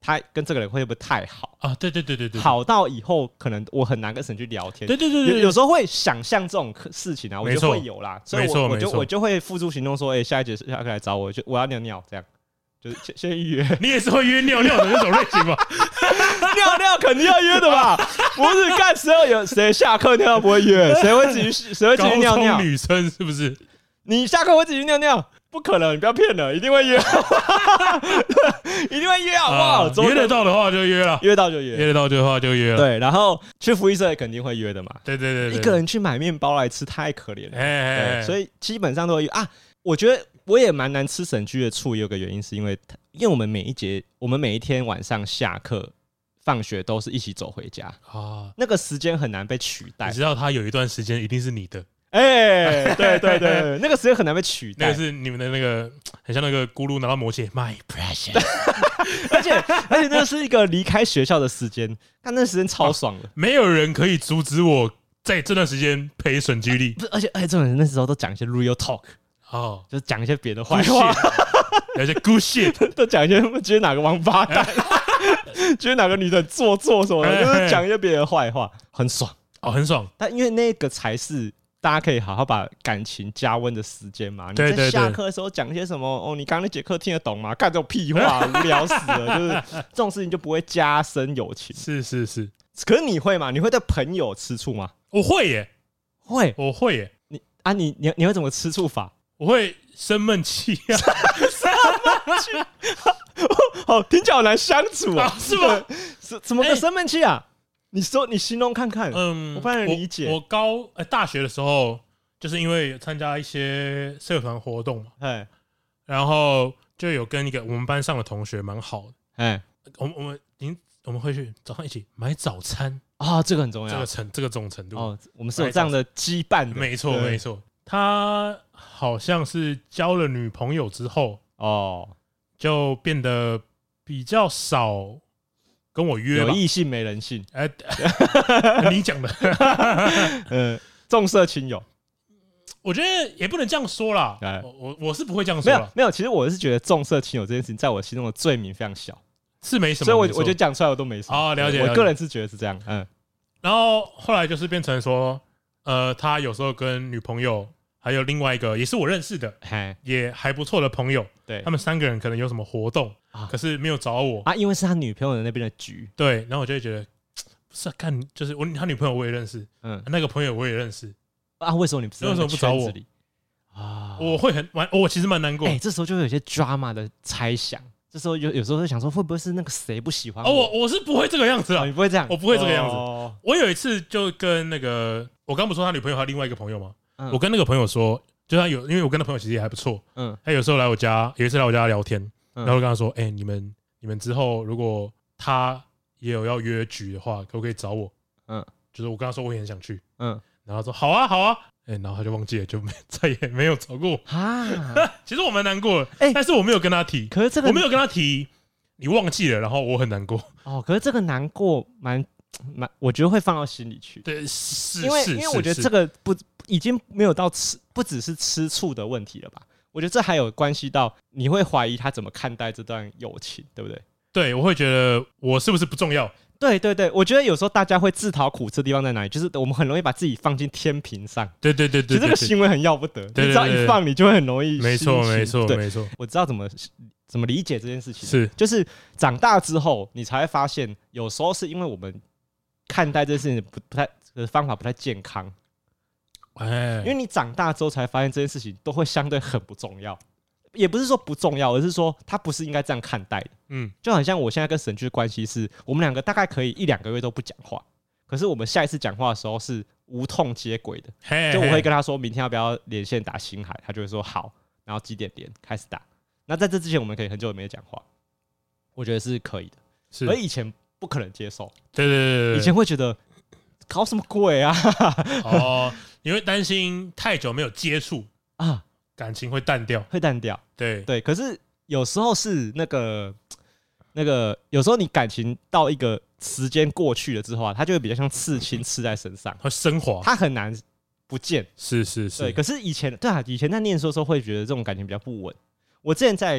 他跟这个人会不会太好啊？对对对对对， 好到以后可能我很难跟沈去聊天。 对对对对， 有有时候会想象这种事情啊，我觉得会有啦，所以我我就我就会付诸行动说，哎、欸，下一节下课来找我，就我要尿尿这样。就是先先预约， 你也是会约尿尿的那种类型吗？ 尿尿肯定要约的吧？不是干时候有谁下课尿尿不会约？谁会自己谁会自己尿尿？ 高中女生是不是？ 你下课会自己尿尿？不可能，你不要骗了，一定会约，一定会约，好不好？ 啊、约得到的话就约了， 约到就约， 约得到的话就约了。 对，然后去福利社也肯定会约的嘛。 对对 对, 对， 一个人去买面包来吃太可怜了， 哎， 所以基本上都会约啊。我觉得我也蛮难吃沈居的醋，有个原因是因为，因为我们每一节，我们每一天晚上下课、放学都是一起走回家啊，那个时间很难被取代。 你知道他有一段时间一定是你的。 哎、欸，对对对，那个时间很难被取代。 那个是你们的那个，很像那个咕噜拿到魔戒 ，My precious 而且而且那是一个离开学校的时间，但那时间超爽的、啊， 没有人可以阻止我在这段时间陪沈居力。 而且而且这种人那时候都讲一些 real talk， 哦， 就是讲一些别的坏话， 有些 good shit， 都讲一些觉得哪个王八蛋，觉得哪个女的做作什么的，就是讲一些别人坏话，很爽哦，很爽。 但因为那个才是。大家可以好好把感情加温的时间嘛，你对对对， 在下课的时候讲一些什么哦，你刚刚那节课听得懂吗？干这种屁话，无聊死了。就是这种事情就不会加深友情。 是是是， 可是你会吗？你会对朋友吃醋吗？ 我会耶， 会， 我会耶。 你啊，你你你会怎么吃醋法？ 我会生闷气啊， 生闷气，好听起来好难相处啊， 是吗？ 是怎么个生闷气啊？你说，你形容看看，嗯，我不能理解。 我, 我高呃大学的时候，就是因为参加一些社团活动嘛，哎，然后就有跟一个我们班上的同学蛮好的，哎，我们我们您我们会去早上一起买早餐啊，这个很重要， 这个程这个这种程度哦，我们是有这样的羁绊的， 没错没错。他好像是交了女朋友之后，哦，就变得比较少。跟我约有异性没人性， 哎、呃，你讲的， 呃，重色轻友， 我觉得也不能这样说啦。我我我是不会这样说啦， 没有没有，其实我是觉得重色轻友这件事情，在我心中的罪名非常小， 是没什么， 所以我我觉得讲出来我都没什么。 哦，了解， 我个人是觉得是这样，嗯。 然后后来就是变成说，呃，他有时候跟女朋友。还有另外一个也是我认识的，也还不错的朋友，对，他们三个人可能有什么活动，啊、可是没有找我啊，因为是他女朋友的那边的局， 对，然后我就会觉得不是干、啊，就是我他女朋友我也认识，嗯，那个朋友我也认识， 啊，为什么你不是为什么不找我啊？我会很蛮，我其实蛮难过， 哎、欸，这时候就会有些 drama 的猜想，这时候有有时候会想说，会不会是那个谁不喜欢我？ 哦，我我是不会这个样子啊、哦， 你不会这样， 我不会这个样子。哦、我有一次就跟那个，我刚不说他女朋友他另外一个朋友吗？嗯、我跟那个朋友说。就他有，因为我跟他朋友其实也还不错，嗯，他有时候来我家，有一次来我家聊天，嗯、然后我跟他说，哎、欸，你们你们之后如果他也有要约局的话，可不可以找我？嗯，就是我跟他说我也很想去，嗯，然后他说好啊好啊，哎、欸，然后他就忘记了，就没再也没有找过啊。其实我蛮难过的，哎、欸，但是我没有跟他提， 可是这个我没有跟他提，你忘记了，然后我很难过。 哦，可是这个难过蛮蛮，我觉得会放到心里去， 对，是因为因为我觉得这个不。已经没有到吃，不只是吃醋的问题了吧？我觉得这还有关系到你会怀疑他怎么看待这段友情，对不对？ 对，我会觉得我是不是不重要？ 对对对，我觉得有时候大家会自讨苦吃的地方在哪里？就是我们很容易把自己放进天平上。 对对对对， 这个行为很要不得，你只要一放，你就会很容易。 没错没错没错， 我知道怎么怎么理解这件事情， 是就是长大之后，你才会发现，有时候是因为我们看待这件事情不不太的方法不太健康。哎，因为你长大之后才发现这件事情都会相对很不重要，也不是说不重要，而是说它不是应该这样看待的。嗯，就好像我现在跟沈居的关系是，我们两个大概可以一两个月都不讲话，可是我们下一次讲话的时候是无痛接轨的。嘿嘿就我会跟他说明天要不要连线打星海，他就会说好，然后几点连开始打。那在这之前我们可以很久没讲话，我觉得是可以的，是而以前不可能接受。 对对对对， 以前会觉得搞什么鬼啊？ 哦。你会担心太久没有接触啊，感情会淡掉， 会淡掉。 对对，可是有时候是那个那个，有时候你感情到一个时间过去了之后啊，它就会比较像刺青刺在身上， 会升华， 它很难不见。 是是是， 对。可是以前对啊，以前在念书的时候会觉得这种感情比较不稳。我之前在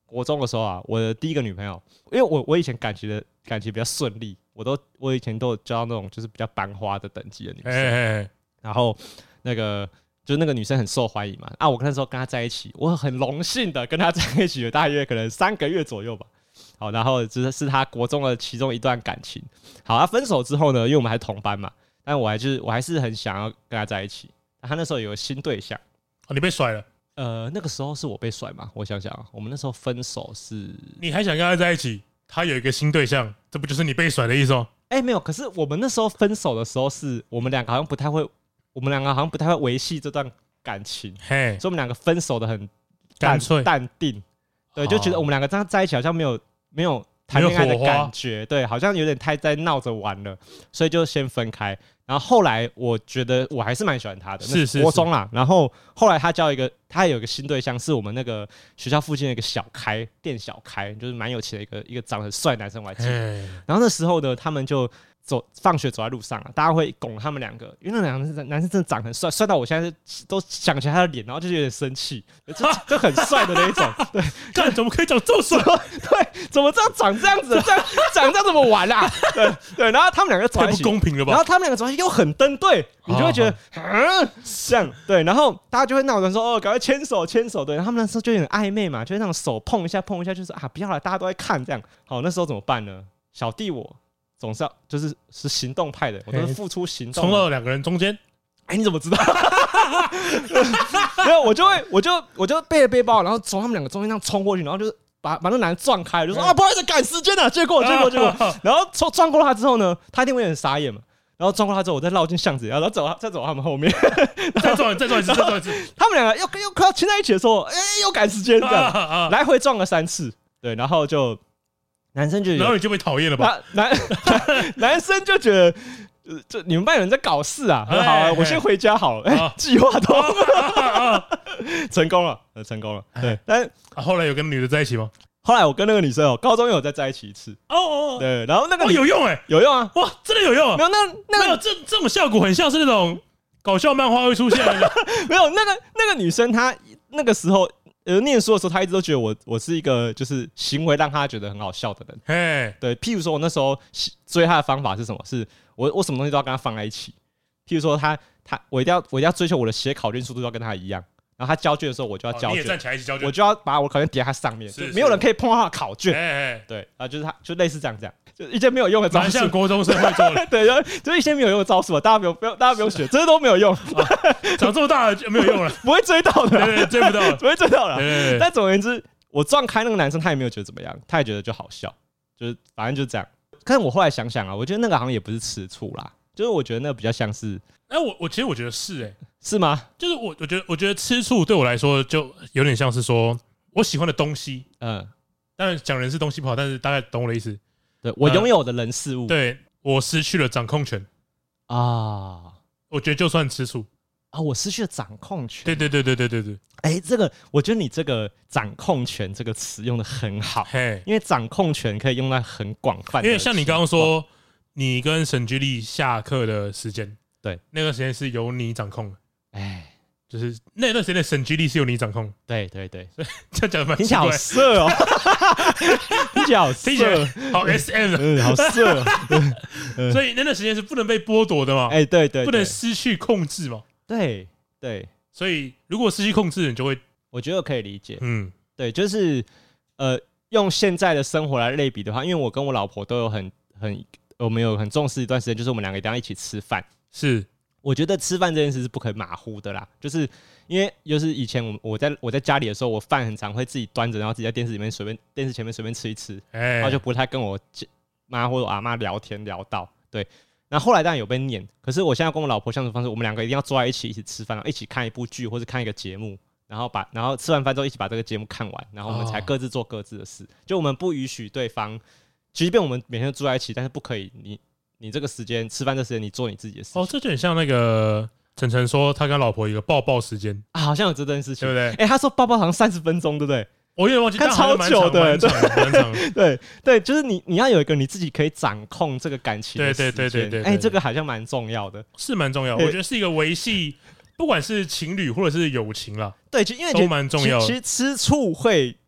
国中的时候啊，我的第一个女朋友，因为我我以前感情的感情比较顺利，我都我以前都有交到那种就是比较班花的等级的女生， 嘿嘿嘿然后那个就是那个女生很受欢迎嘛，啊，我那时候跟她在一起，我很荣幸的跟她在一起了大约可能三个月左右吧。好，然后这是她国中的其中一段感情。好，她分手之后呢，因为我们还同班嘛，但我还就是我还是很想要跟她在一起。她那时候有个新对象， 哦，你被甩了， 呃，那个时候是我被甩嘛？我想想啊，我们那时候分手是， 你还想跟他在一起，他有一个新对象，这不就是你被甩的意思吗？ 哎、欸，没有，可是我们那时候分手的时候是，我们两个好像不太会，我们两个好像不太会维系这段感情， 嘿， 所以我们两个分手的很干脆淡定，对，就觉得我们两个这样在一起好像没有没有谈恋爱的感觉，对，好像有点太在闹着玩了，所以就先分开。然后后来我觉得我还是蛮喜欢他的， 是是国中啦。然后后来他交一个，他有一个新对象，是我们那个学校附近的一个小开店小开，就是蛮有钱的一个一个长得很帅的男生，我还记得。然后那时候呢，他们就走放学走在路上啊，大家会拱他们两个，因为那两个男生真的长很帅，帅到我现在都想起来他的脸，然后就有点生气，就就很帅的那一种。对， 干怎么可以长这么帅？ 对，怎么这样长这样子？这样长这样怎么玩啊？对对，然后他们两个走在一起， 太不公平了吧？ 然后他们两个走在一起又很登对，你就会觉得嗯这样对，然后大家就会闹着说哦，赶快牵手牵手。对，他们那时候就有点暧昧嘛，就是那种手碰一下碰一下，就是啊不要了，大家都在看这样。好，那时候怎么办呢？小弟我。总是要就是是行动派的，我都是付出行动， 冲到两个人中间。 哎、欸，你怎么知道？没有，我就会，我就我就背着背包，然后从他们两个中间这样冲过去，然后就是把把那男人撞开，就说啊，不好意思，赶时间了，结果结果结果，然后撞撞过他之后呢，他一定会很傻眼嘛。然后撞过他之后，我再绕进巷子，然后走再走他们后面， 再撞再撞一次，再撞一次。他们两个又又快要牵在一起的时候，哎、欸，又赶时间，这样来回撞了三次，对，然后就。男生就然后你就被討厭了吧？ 男男男生就觉得，呃，就你们班有人在搞事啊！好啊，我先回家好了。哎，计划通，成功了，成功了。对，但后来有跟女的在一起吗？ 后来我跟那个女生哦，高中有再在一起一次。 哦哦， 对，然后那个有用哎， 有用啊！ 哇，真的有用啊！ 没有那那没有这这种效果很像是那种搞笑漫画会出现的。 没有那个那个女生，她那个时候。呃，念书的时候，他一直都觉得我我是一个就是行为让他觉得很好笑的人。 嘿， 对，譬如说我那时候追他的方法是什么？是我我什么东西都要跟他放在一起。譬如说他他我一定要我一定要追求我的写考卷速度要跟他一样，然后他交卷的时候我就要交卷， 哦、你也站起来一起交卷， 我就要把我考卷叠在他上面，没有人可以碰到他的考卷。 嘿嘿对啊，就是他就类似这样这样。就一些没有用的招数， 蛮像国中生会做的。 对，就一些没有用的招数啊，大家不用不用，大家不用学，这些都没有用。啊、 长这么大了就没有用了， 不会追到的， 对对，追不到了， 不会追到了。 对对对， 但总而言之，我撞开那个男生，他也没有觉得怎么样，他也觉得就好笑，就是反正就是这样。但是我后来想想啊，我觉得那个好像也不是吃醋啦，就是我觉得那个比较像是， 哎，我我其实我觉得是哎、欸， 是吗？ 就是我我觉得我觉得吃醋对我来说就有点像是说我喜欢的东西，嗯，当然讲人是东西不好，但是大概懂我的意思。 对我拥有的人事物，呃、 对我失去了掌控权啊，我觉得就算吃醋啊，我失去了掌控权。 对对对对对对对， 哎、欸，这个我觉得你这个掌控权这个词用的很好，因为掌控权可以用在很广泛的。 因为像你刚刚说，你跟沈居丽下课的时间， 对， 那段时间是由你掌控的， 哎。 就是那段时间的审局力是由你掌控， 对对对， 这样讲蛮听起来好色哦，听起来好色， 好 S M 嗯，好色、 哦，所以那段时间是不能被剥夺的嘛， 哎、欸，对 对, 对， 不能失去控制嘛， 对对， 所以如果失去控制，你就会， 我觉得我可以理解， 嗯， 对，就是呃，用现在的生活来类比的话，因为我跟我老婆都有很很，我们有很重视一段时间，就是我们两个一定要一起吃饭， 是。 我觉得吃饭这件事是不可以马虎的啦，就是因为就是以前我我在我在家里的时候，我饭很常会自己端着，然后自己在电视里面随便电视前面随便吃一吃，然后就不太跟我妈或者我阿妈聊天聊到。对，那后来当然有被念，可是我现在跟我老婆相处方式，我们两个一定要坐在一起一起吃饭，然后一起看一部剧或者看一个节目，然后把然后吃完饭之后一起把这个节目看完，然后我们才各自做各自的事。就我们不允许对方，即便我们每天都住在一起，但是不可以你。你这个时间吃饭的时间，你做你自己的事情。 哦，这就很像那个晨晨说他跟老婆有一个抱抱时间啊，好像有这件事情， 对不对？ 哎、欸，他说抱抱好像三十分钟，对不对？ 我有点忘记， 看超久的， 对对对对，就是你你要有一个你自己可以掌控这个感情的时间， 对对对对对， 哎、欸，这个好像蛮重要的， 是蛮重要，我觉得是一个维系，不管是情侣或者是友情啦， 对，就因为都蛮重要的。 其实吃醋会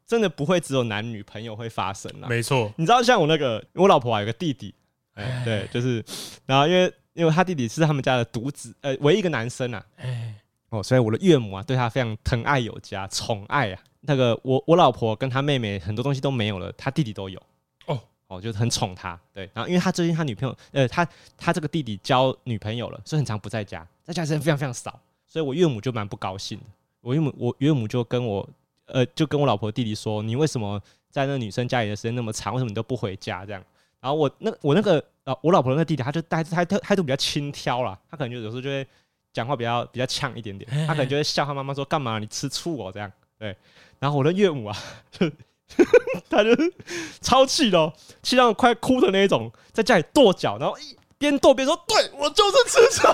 真的不会只有男女朋友会发生啦。 没错， 你知道像我那个我老婆啊有个弟弟，哎，对，就是然后因为因为他弟弟是他们家的独子，呃，唯一一个男生啊，哎，哦，所以我的岳母啊对他非常疼爱有加，宠爱啊。那个我我老婆跟他妹妹很多东西都没有了，他弟弟都有。哦哦，就是很宠他。对，然后因为他最近他女朋友，呃，他他这个弟弟交女朋友了，所以很常不在家，在家时间非常非常少，所以我岳母就蛮不高兴的。我岳母我岳母就跟我呃就跟我老婆弟弟说，你为什么在那女生家里的时间那么长，为什么你都不回家这样？然后我那我那个呃我老婆那个弟弟，他就态态态度比较轻佻啦，他可能就有时候就会讲话比较比较呛一点点，他可能就会笑他妈妈说干嘛你吃醋哦这样。对，然后我的岳母啊，他就是超气的哦，气到快哭的那一种，在家里跺脚，然后一边跺边说：“对我就是吃醋。”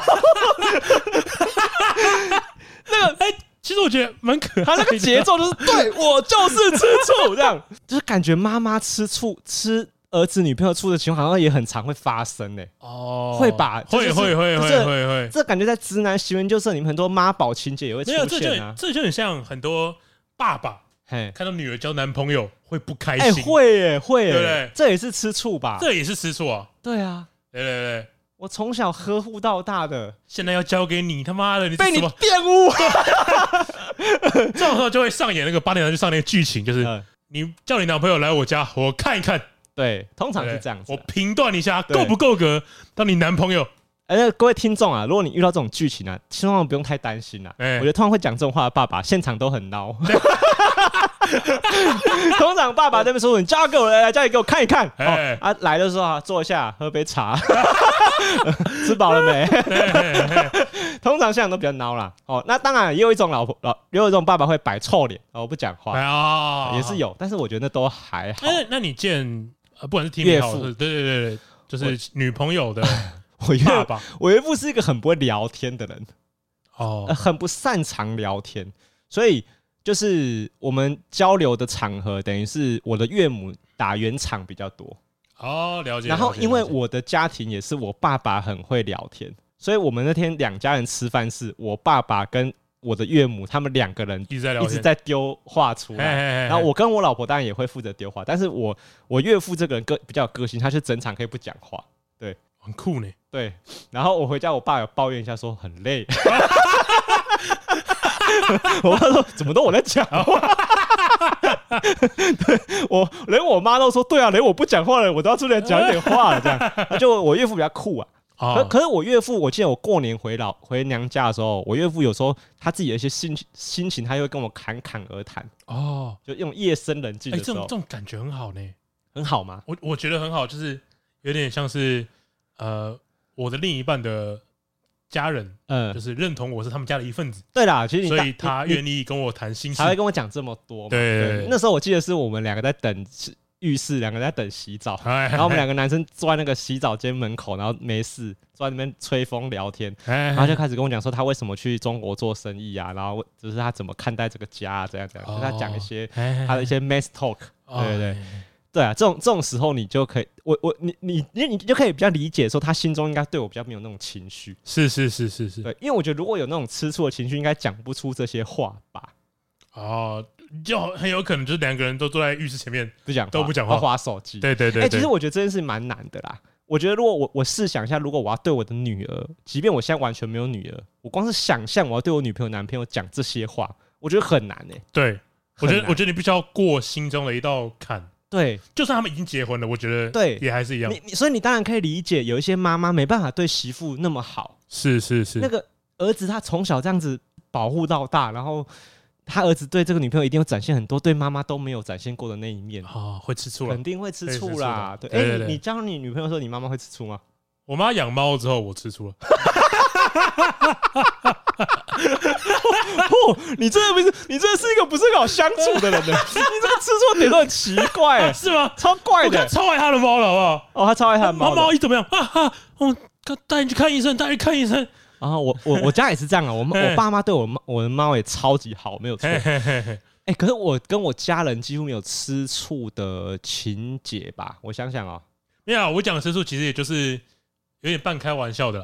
那个哎、欸，其实我觉得蛮可爱的， 他那个节奏就是对我就是吃醋，这样就是感觉妈妈吃醋吃儿子女朋友醋的情况好像也很常会发生呢、欸。哦，会吧？ 会会会会会会， 这感觉在直男行为旧社里面很多妈宝情节也会出现啊。 这就这就很像很多爸爸看到女儿交男朋友会不开心， 哎、欸，会耶会耶， 对不对？ 这也是吃醋吧？ 这也是吃醋啊！ 对啊， 对对对， 我从小呵护到大的， 现在要交给你，他妈的，你被你玷污， 这种时候就会上演那个八点档就上那个剧情，就是、嗯、你叫你男朋友来我家，我看一看， 对，通常是这样子、 啊，我评断一下够不够格当你男朋友。 哎、欸，各位听众啊，如果你遇到这种剧情啊，千万不用太担心啊。欸、我觉得通常会讲这种话的爸爸，现场都很孬。通常爸爸在那边说：“你叫他给我来家里给我看一看。欸”哦，啊，来的时候啊，坐一下，喝杯茶，吃饱了没？通常现场都比较孬啦。哦，那当然也有一种老婆老，也有一种爸爸会摆臭脸，哦，不讲话、哦，也是有，但是我觉得那都还好。 欸、那你见呃，不管是听岳父，对对对对，就是女朋友的。 我岳父，我岳父是一个很不会聊天的人，哦、呃，很不擅长聊天，所以就是我们交流的场合，等于是我的岳母打圆场比较多。 哦，了解。 然后因为我的家庭也是我爸爸很会聊天，所以我们那天两家人吃饭是我爸爸跟我的岳母他们两个人一直在丢话出来，嘿嘿嘿，然后我跟我老婆当然也会负责丢话，但是我我岳父这个人个比较有个性，他是整场可以不讲话，对。 很酷呢， 对。然后我回家，我爸有抱怨一下，说很累。我爸说怎么都我在讲话，对我连我妈都说对啊，连我不讲话了，我都要出来讲一点话了，这样。就我岳父比较酷啊。可可是我岳父，我记得我过年回老回娘家的时候，我岳父有时候他自己的一些心心情，他会跟我侃侃而谈。哦，就用夜深人静的时候， 欸、这种这种感觉很好呢， 很好吗？ 我我觉得很好，就是有点像是。呃，我的另一半的家人，嗯，就是认同我是他们家的一份子。对啦，其实所以他愿意跟我谈心事，他会跟我讲这么多嘛。 对, 对, 对， 那时候我记得是我们两个在等浴室，两个在等洗澡，然后我们两个男生坐在那个洗澡间门口，然后没事坐在那边吹风聊天，然后就开始跟我讲说他为什么去中国做生意啊，然后就是他怎么看待这个家、啊，这样这样，跟他讲一些他的一些 mess talk， 对对对。对啊，这种这种时候你就可以，我我你你你你就可以比较理解说他心中应该对我比较没有那种情绪。 是是是是是， 对，因为我觉得如果有那种吃醋的情绪，应该讲不出这些话吧。 哦，就很有可能就是两个人都坐在浴室前面不讲都不讲话， 滑手机。 对对 对, 对。 哎、欸，其实我觉得这件事蛮难的啦。我觉得如果我我试想一下，如果我要对我的女儿，即便我现在完全没有女儿，我光是想象我要对我女朋友男朋友讲这些话，我觉得很难哎、欸。 对，我觉得我觉得你必须要过心中的一道坎。 对， 就算他们已经结婚了，我觉得对也还是一样。 你你所以你当然可以理解，有一些妈妈没办法对媳妇那么好。 是是是， 那个儿子他从小这样子保护到大，然后他儿子对这个女朋友一定会展现很多对妈妈都没有展现过的那一面。 哦，会吃醋了， 肯定会吃醋啦。对，哎、欸，你你教你女朋友说你妈妈会吃醋吗？ 我妈养猫之后，我吃醋了。 哦，你这个不是，你这是一个不是很好相处的人呢。你这个吃醋点都很奇怪、欸， 是吗？ 超怪的。 我超爱他的猫了，好不好？ 哦，他超爱他的猫。 猫一怎么样啊啊？我带你去看医生，带你去看医生。 然后我我我家也是这样啊，我我爸妈对我我的猫也超级好，没有错。哎、欸，可是我跟我家人几乎没有吃醋的情节吧？我想想啊、喔， 没有，我讲的吃醋其实也就是有点半开玩笑的啦。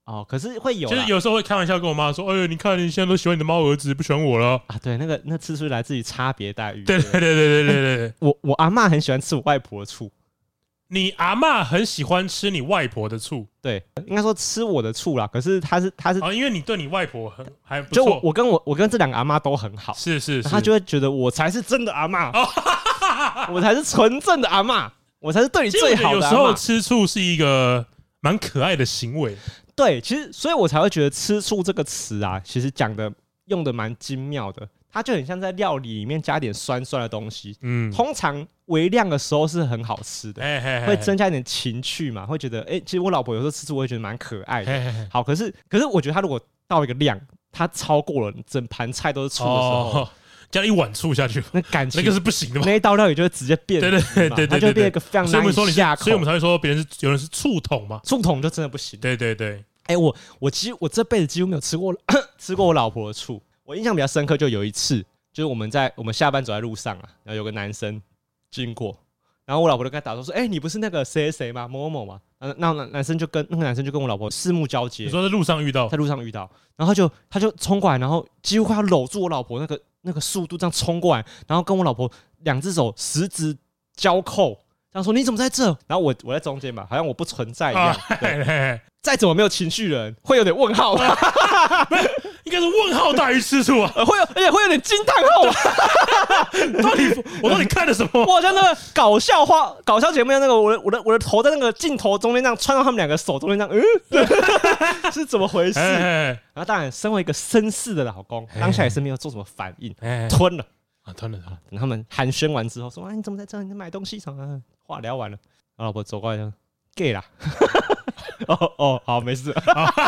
哦，可是会有， 就是有时候会开玩笑跟我妈说：“哎呦，你看你现在都喜欢你的猫儿子，不喜欢我了啊。”对，那个那次数来自于差别待遇。 对对对对对对对对。 我我阿嬷很喜欢吃我外婆的醋。 你阿嬷很喜欢吃你外婆的醋， 对，应该说吃我的醋啦。可是她是她是啊，因为你对你外婆很还不错，就我我跟我我跟这两个阿嬷都很好， 是是是， 她就会觉得我才是真的阿嬷，我才是纯正的阿嬷，我才是对你最好的阿嬷。 有时候吃醋是一个蛮可爱的行为， 对，其实所以我才会觉得吃醋这个词啊，其实讲的用的蛮精妙的。它就很像在料理里面加点酸酸的东西，嗯，通常微量的时候是很好吃的，嘿嘿嘿，会增加一点情趣嘛，会觉得，哎、欸，其实我老婆有时候吃醋，我会觉得蛮可爱的。嘿嘿嘿，好，可是可是我觉得它如果到一个量，它超过了整盘菜都是醋的时候，哦、 加一碗醋下去， 那感情那个是不行的嘛， 那一道料理就会直接变， 对对对对对， 它就会变一个非常难以下口， 所以我们才会说别人是有人是醋桶嘛， 醋桶就真的不行。 对对对， 哎、欸，我我其实我这辈子几乎没有吃过吃过我老婆的醋，我印象比较深刻，就有一次。就是我们在我们下班走在路上啊，然后有个男生经过，然后我老婆就跟他打说说，哎、欸，你不是那个谁谁谁吗？某某某吗？那那男生就跟那个男生就跟我老婆四目交接。 你说在路上遇到， 在路上遇到，然后就他就冲过来，然后几乎快要搂住我老婆那个那个速度这样冲过来，然后跟我老婆两只手十指交扣，这样说你怎么在这？然后我我在中间嘛，好像我不存在一样。对，再怎么没有情绪人，会有点问号。 应该是问号大于吃醋啊， 呃、会有，而且会有点惊叹号啊！ 到底我到底看了什么？ 我好像那个搞笑话、搞笑节目一样，那个我的我的我的头在那个镜头中间这样穿到他们两个手中间这样，嗯，是怎么回事？嘿嘿然后当然，身为一个绅士的老公，当下也是没有做什么反应，嘿嘿吞了啊，吞了啊！ 等他们寒暄完之后，说啊，你怎么在这？你在买东西什么？话聊完了，然后老婆走过来就 gay 啦。哦哦，好，没事，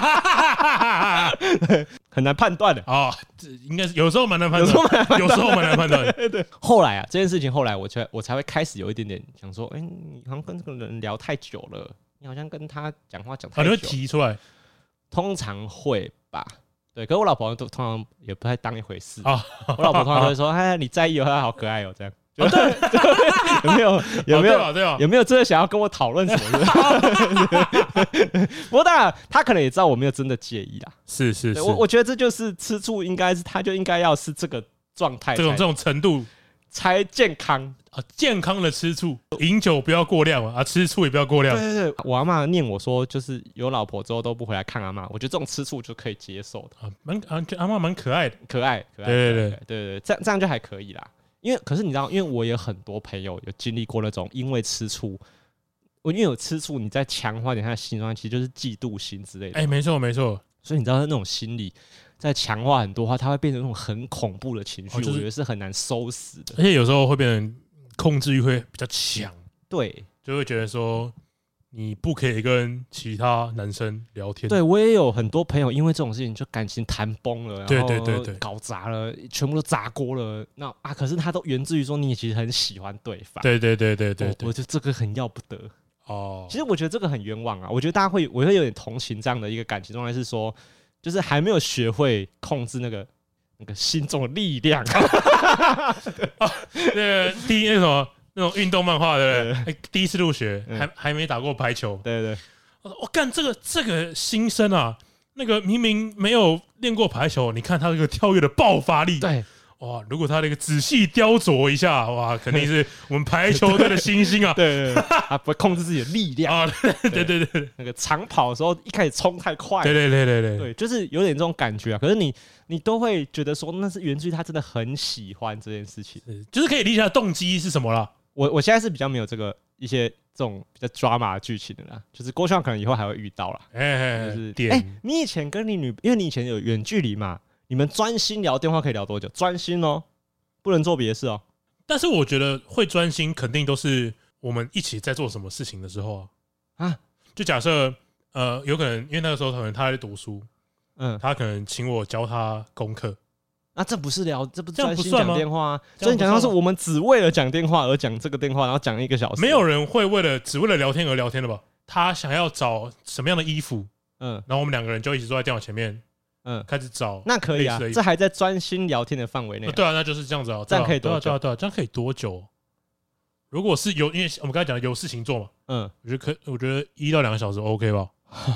很难判断的啊、哦，应该是有时候蛮难判断，有时候蛮难判断。 对对。后来啊，这件事情后来我才我才会开始有一点点想说，哎、欸，你好像跟这个人聊太久了，你好像跟他讲话讲太久、 啊，你会提出来？ 通常会吧，对。可是我老婆都通常也不太当一回事啊。我老婆通常都会说，哎，你在意哦，他好可爱哦，这样。哦、对有没有有没有、哦对哦、有没有真的想要跟我讨论什么的？不过当然，他可能也知道我没有真的介意啦。 是是是， 我我觉得这就是吃醋，应该是他就应该要是这个状态， 这种这种程度才健康啊。健康的吃醋，饮酒不要过量啊，吃醋也不要过量。 对对对，我阿嬷念我说，就是有老婆之后都不回来看阿嬷，我觉得这种吃醋就可以接受的啊，蛮啊阿嬷蛮可爱的， 可爱可爱， 对对对对对对，这样这样就还可以啦。因为可是你知道，因为我有很多朋友有经历过那种因为吃醋，我因为有吃醋，你在强化点他的心状，其实就是嫉妒心之类的。 哎、欸，没错没错。 所以你知道那种心理在强化很多话，它会变成那种很恐怖的情绪、哦就是，我觉得是很难收拾的。 而且有时候会变成控制欲会比较强， 对， 就会觉得说你不可以跟其他男生聊天。 对，我也有很多朋友因为这种事情就感情谈崩了， 对对对对， 搞砸了，全部都砸锅了。那啊，可是他都源自于说你其实很喜欢对方。 对对对对 对, 對, 對， 我觉得这个很要不得哦。 其实我觉得这个很冤枉啊。我觉得大家会，我会有点同情这样的一个感情状态，是说，就是还没有学会控制那个那个心中的力量。 哦，那个第一那什么。那种运动漫画对不对？欸、第一次入学，嗯、还还没打过排球， 对对对。 我说我干这个这个新生啊，那个明明没有练过排球，你看他这个跳跃的爆发力， 对， 哇！如果他那个仔细雕琢一下，哇，肯定是我们排球队的新星啊！ 对对对，他不会控制自己的力量啊！对对对对， 那个长跑的时候一开始冲太快， 对对对对对， 对，就是有点这种感觉啊。可是你你都会觉得说，那是源自于他真的很喜欢这件事情， 就是可以理解他的动机是什么啦。 我我现在是比较没有这个一些这种比较 drama 的剧情的啦，就是郭襄可能以后还会遇到啦。 哎， 就是哎、欸，你以前跟你女，因为你以前有远距離嘛，你们专心聊电话可以聊多久？专心哦，不能做别的事哦。 但是我觉得会专心，肯定都是我们一起在做什么事情的时候啊。啊，就假设呃，有可能因为那个时候可能他在读书，嗯，他可能请我教他功课。 那这不是聊，这不是专心讲电话啊？专心讲电话是我们只为了讲电话而讲这个电话，然后讲一个小时。 没有人会为了只为了聊天而聊天的吧？他想要找什么样的衣服，嗯，然后我们两个人就一起坐在电脑前面，嗯，开始找。 那可以啊，这还在专心聊天的范围内、啊。 对啊，那就是这样子啊。 这样可以多久？ 对啊，对啊，这样可以多久？如果是有，因为我们刚才讲的有事情做嘛，嗯，我觉得可，我觉得一到两个小时 OK 吧。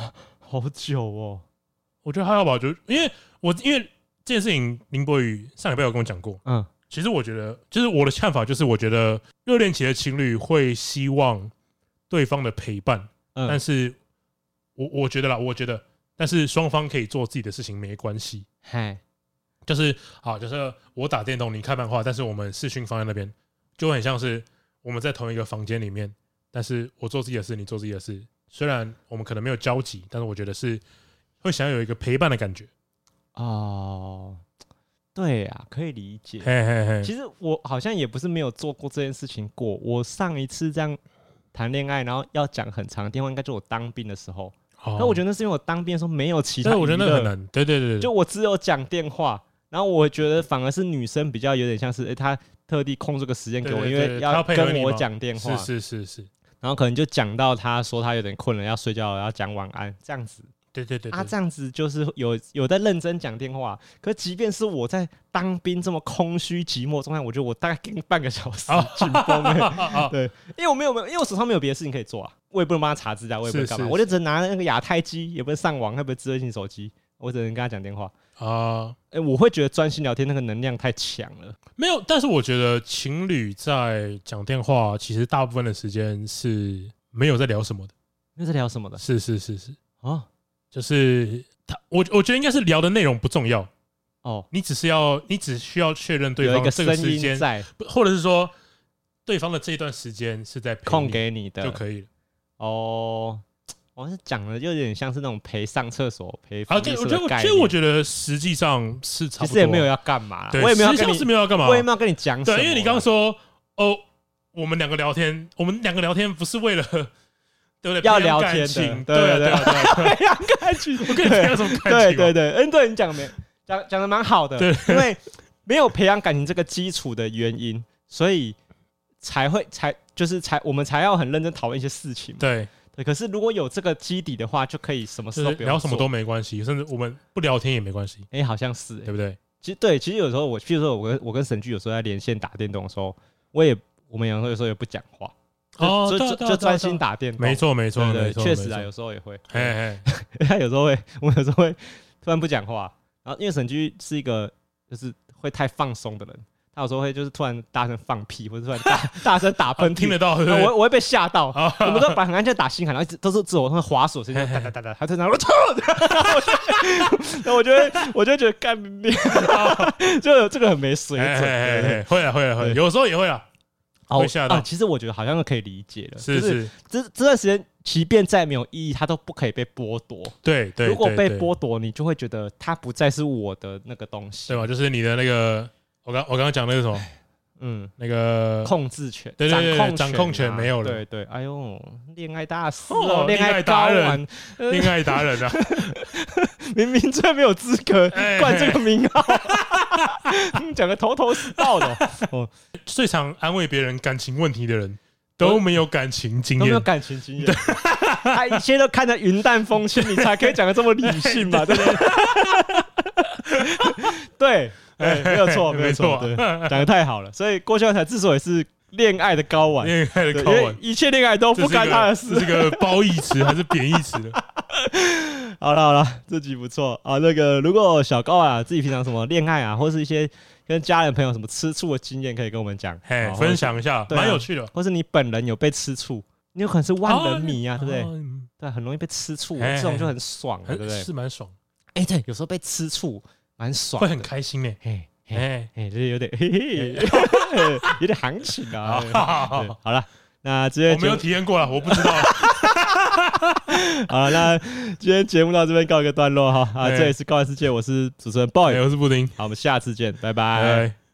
好久哦。 我觉得还好吧，就因为我因为这件事情，林博宇上礼拜有跟我讲过。嗯，其实我觉得，就是我的看法就是，我觉得热恋期的情侣会希望对方的陪伴，嗯、但是我我觉得啦，我觉得，但是双方可以做自己的事情没关系。嘿，就是好，就是我打电动，你看漫画，但是我们视讯放在那边，就很像是我们在同一个房间里面，但是我做自己的事，你做自己的事，虽然我们可能没有交集，但是我觉得是。会想要有一个陪伴的感觉哦，对啊，可以理解。 嘿嘿嘿， 其实我好像也不是没有做过这件事情过。我上一次这样谈恋爱，然后要讲很长的电话，应该就我当兵的时候。那、哦、我觉得那是因为我当兵的时候没有其他娱乐， 我觉得那很难。对对 对, 對， 就我只有讲电话，然后我觉得反而是女生比较有点像是，哎、欸，她特地空这个时间给我， 對對對， 因为要跟我讲电话。 是是是是。 然后可能就讲到她说她有点困了，要睡觉了，要讲晚安这样子。 对对 对, 對， 啊，这样子就是有有在认真讲电话，可即便是我在当兵这么空虚寂寞状态，我觉得我大概给半个小时紧绷哎，对，因为我没有因为我手上没有别的事情可以做啊，我也不能帮他查资料，我也不能干嘛，我就只能拿那个亚太机，也不能上网，也不能智慧型手机，我只能跟他讲电话啊。哎、欸，我会觉得专心聊天那个能量太强了。 没有，但是我觉得情侣在讲电话，其实大部分的时间是没有在聊什么的， 没有在聊什么的， 是是是是啊。就是他，我我觉得应该是聊的内容不重要哦，你只是要，你只需要确认对方这个时间在，或者是说对方的这一段时间是在陪你空给你的就可以了。 哦，我是讲的，就有点像是那种陪上厕所、陪啊，对， 我觉得，其实我觉得实际上是差不多， 其实也没有要干嘛，我也没有实际上是没有要干嘛， 我也没有跟你讲什么， 对，因为你刚刚说哦，我们两个聊天，我们两个聊天不是为了。对不对？ 要聊天的，对对对对，培养感情， 我跟你培养什么感情？ 对对对，嗯，对你讲没讲讲的蛮好的，因为没有培养感情这个基础的原因，所以才会才就是才我们才要很认真讨论一些事情。 对对，可是如果有这个基底的话，就可以什么事都不用做， 聊什么都没关系，甚至我们不聊天也没关系。 哎，好像是， 对不对？ 其实对，其实有时候我，譬如说我跟我跟沈剧有时候在连线打电动的时候，我也我们有时候有时候也不讲话。哦，就就就专心打电动， 没错没错， 对对，确实啊，有时候也会，他有时候会，我有时候会突然不讲话，然后因为沈居是一个就是会太放松的人，他有时候会就是突然大声放屁，或者突然大大声打喷嚏， 听得到， 我我会被吓到，我们都本来很安静打心喊，然后一直都是自我会滑手，声音哒哒哒哒，他正常我操，然后我就会我就觉得干你，就这个很没水准， 会啊会啊会，有时候也会啊。 哦啊，其实我觉得好像可以理解了， 是是， 这这段时间，即便再没有意义，它都不可以被剥夺。 对对， 如果被剥夺，你就会觉得它不再是我的那个东西， 对吧？就是你的那个，我刚我刚刚讲那个什么，嗯，那个控制权， 对对对， 掌控掌控权没有了。 对对，哎呦，恋爱大师哦，恋爱达人， 恋爱达人啊， 明明最没有资格冠这个名号。讲个头头是道的哦， 最常安慰别人感情问题的人都没有感情经验， 都没有感情经验，他一切都看得云淡风轻，你才可以讲得这么理性嘛，对不对？对，哎，没有错，没有错，讲得太好了。所以郭秀才之所以是恋爱的睾丸， 恋爱的睾丸， 一切恋爱都不干他的事， 这是个褒义词还是贬义词呢？ 好了好了，这集不错啊。那个如果小高啊自己平常什么恋爱啊，或是一些跟家人朋友什么吃醋的经验，可以跟我们讲， 嘿，分享一下，蛮有趣的。 或是你本人有被吃醋，你有可能是万人迷啊，对不对？对，很容易被吃醋，这种就很爽，对不对？ 是蛮爽。 哎，对，有时候被吃醋蛮爽， 会很开心哎，嘿， 哎哎，就是有点嘿嘿，有点行情啊。好了。那今天我没有体验过了，我不知道。 好了，那今天节目到这边告一个段落哈啊，这里是高玩世界，我是主持人 boy， 我是布丁， 好，我们下次见，拜拜。 拜拜。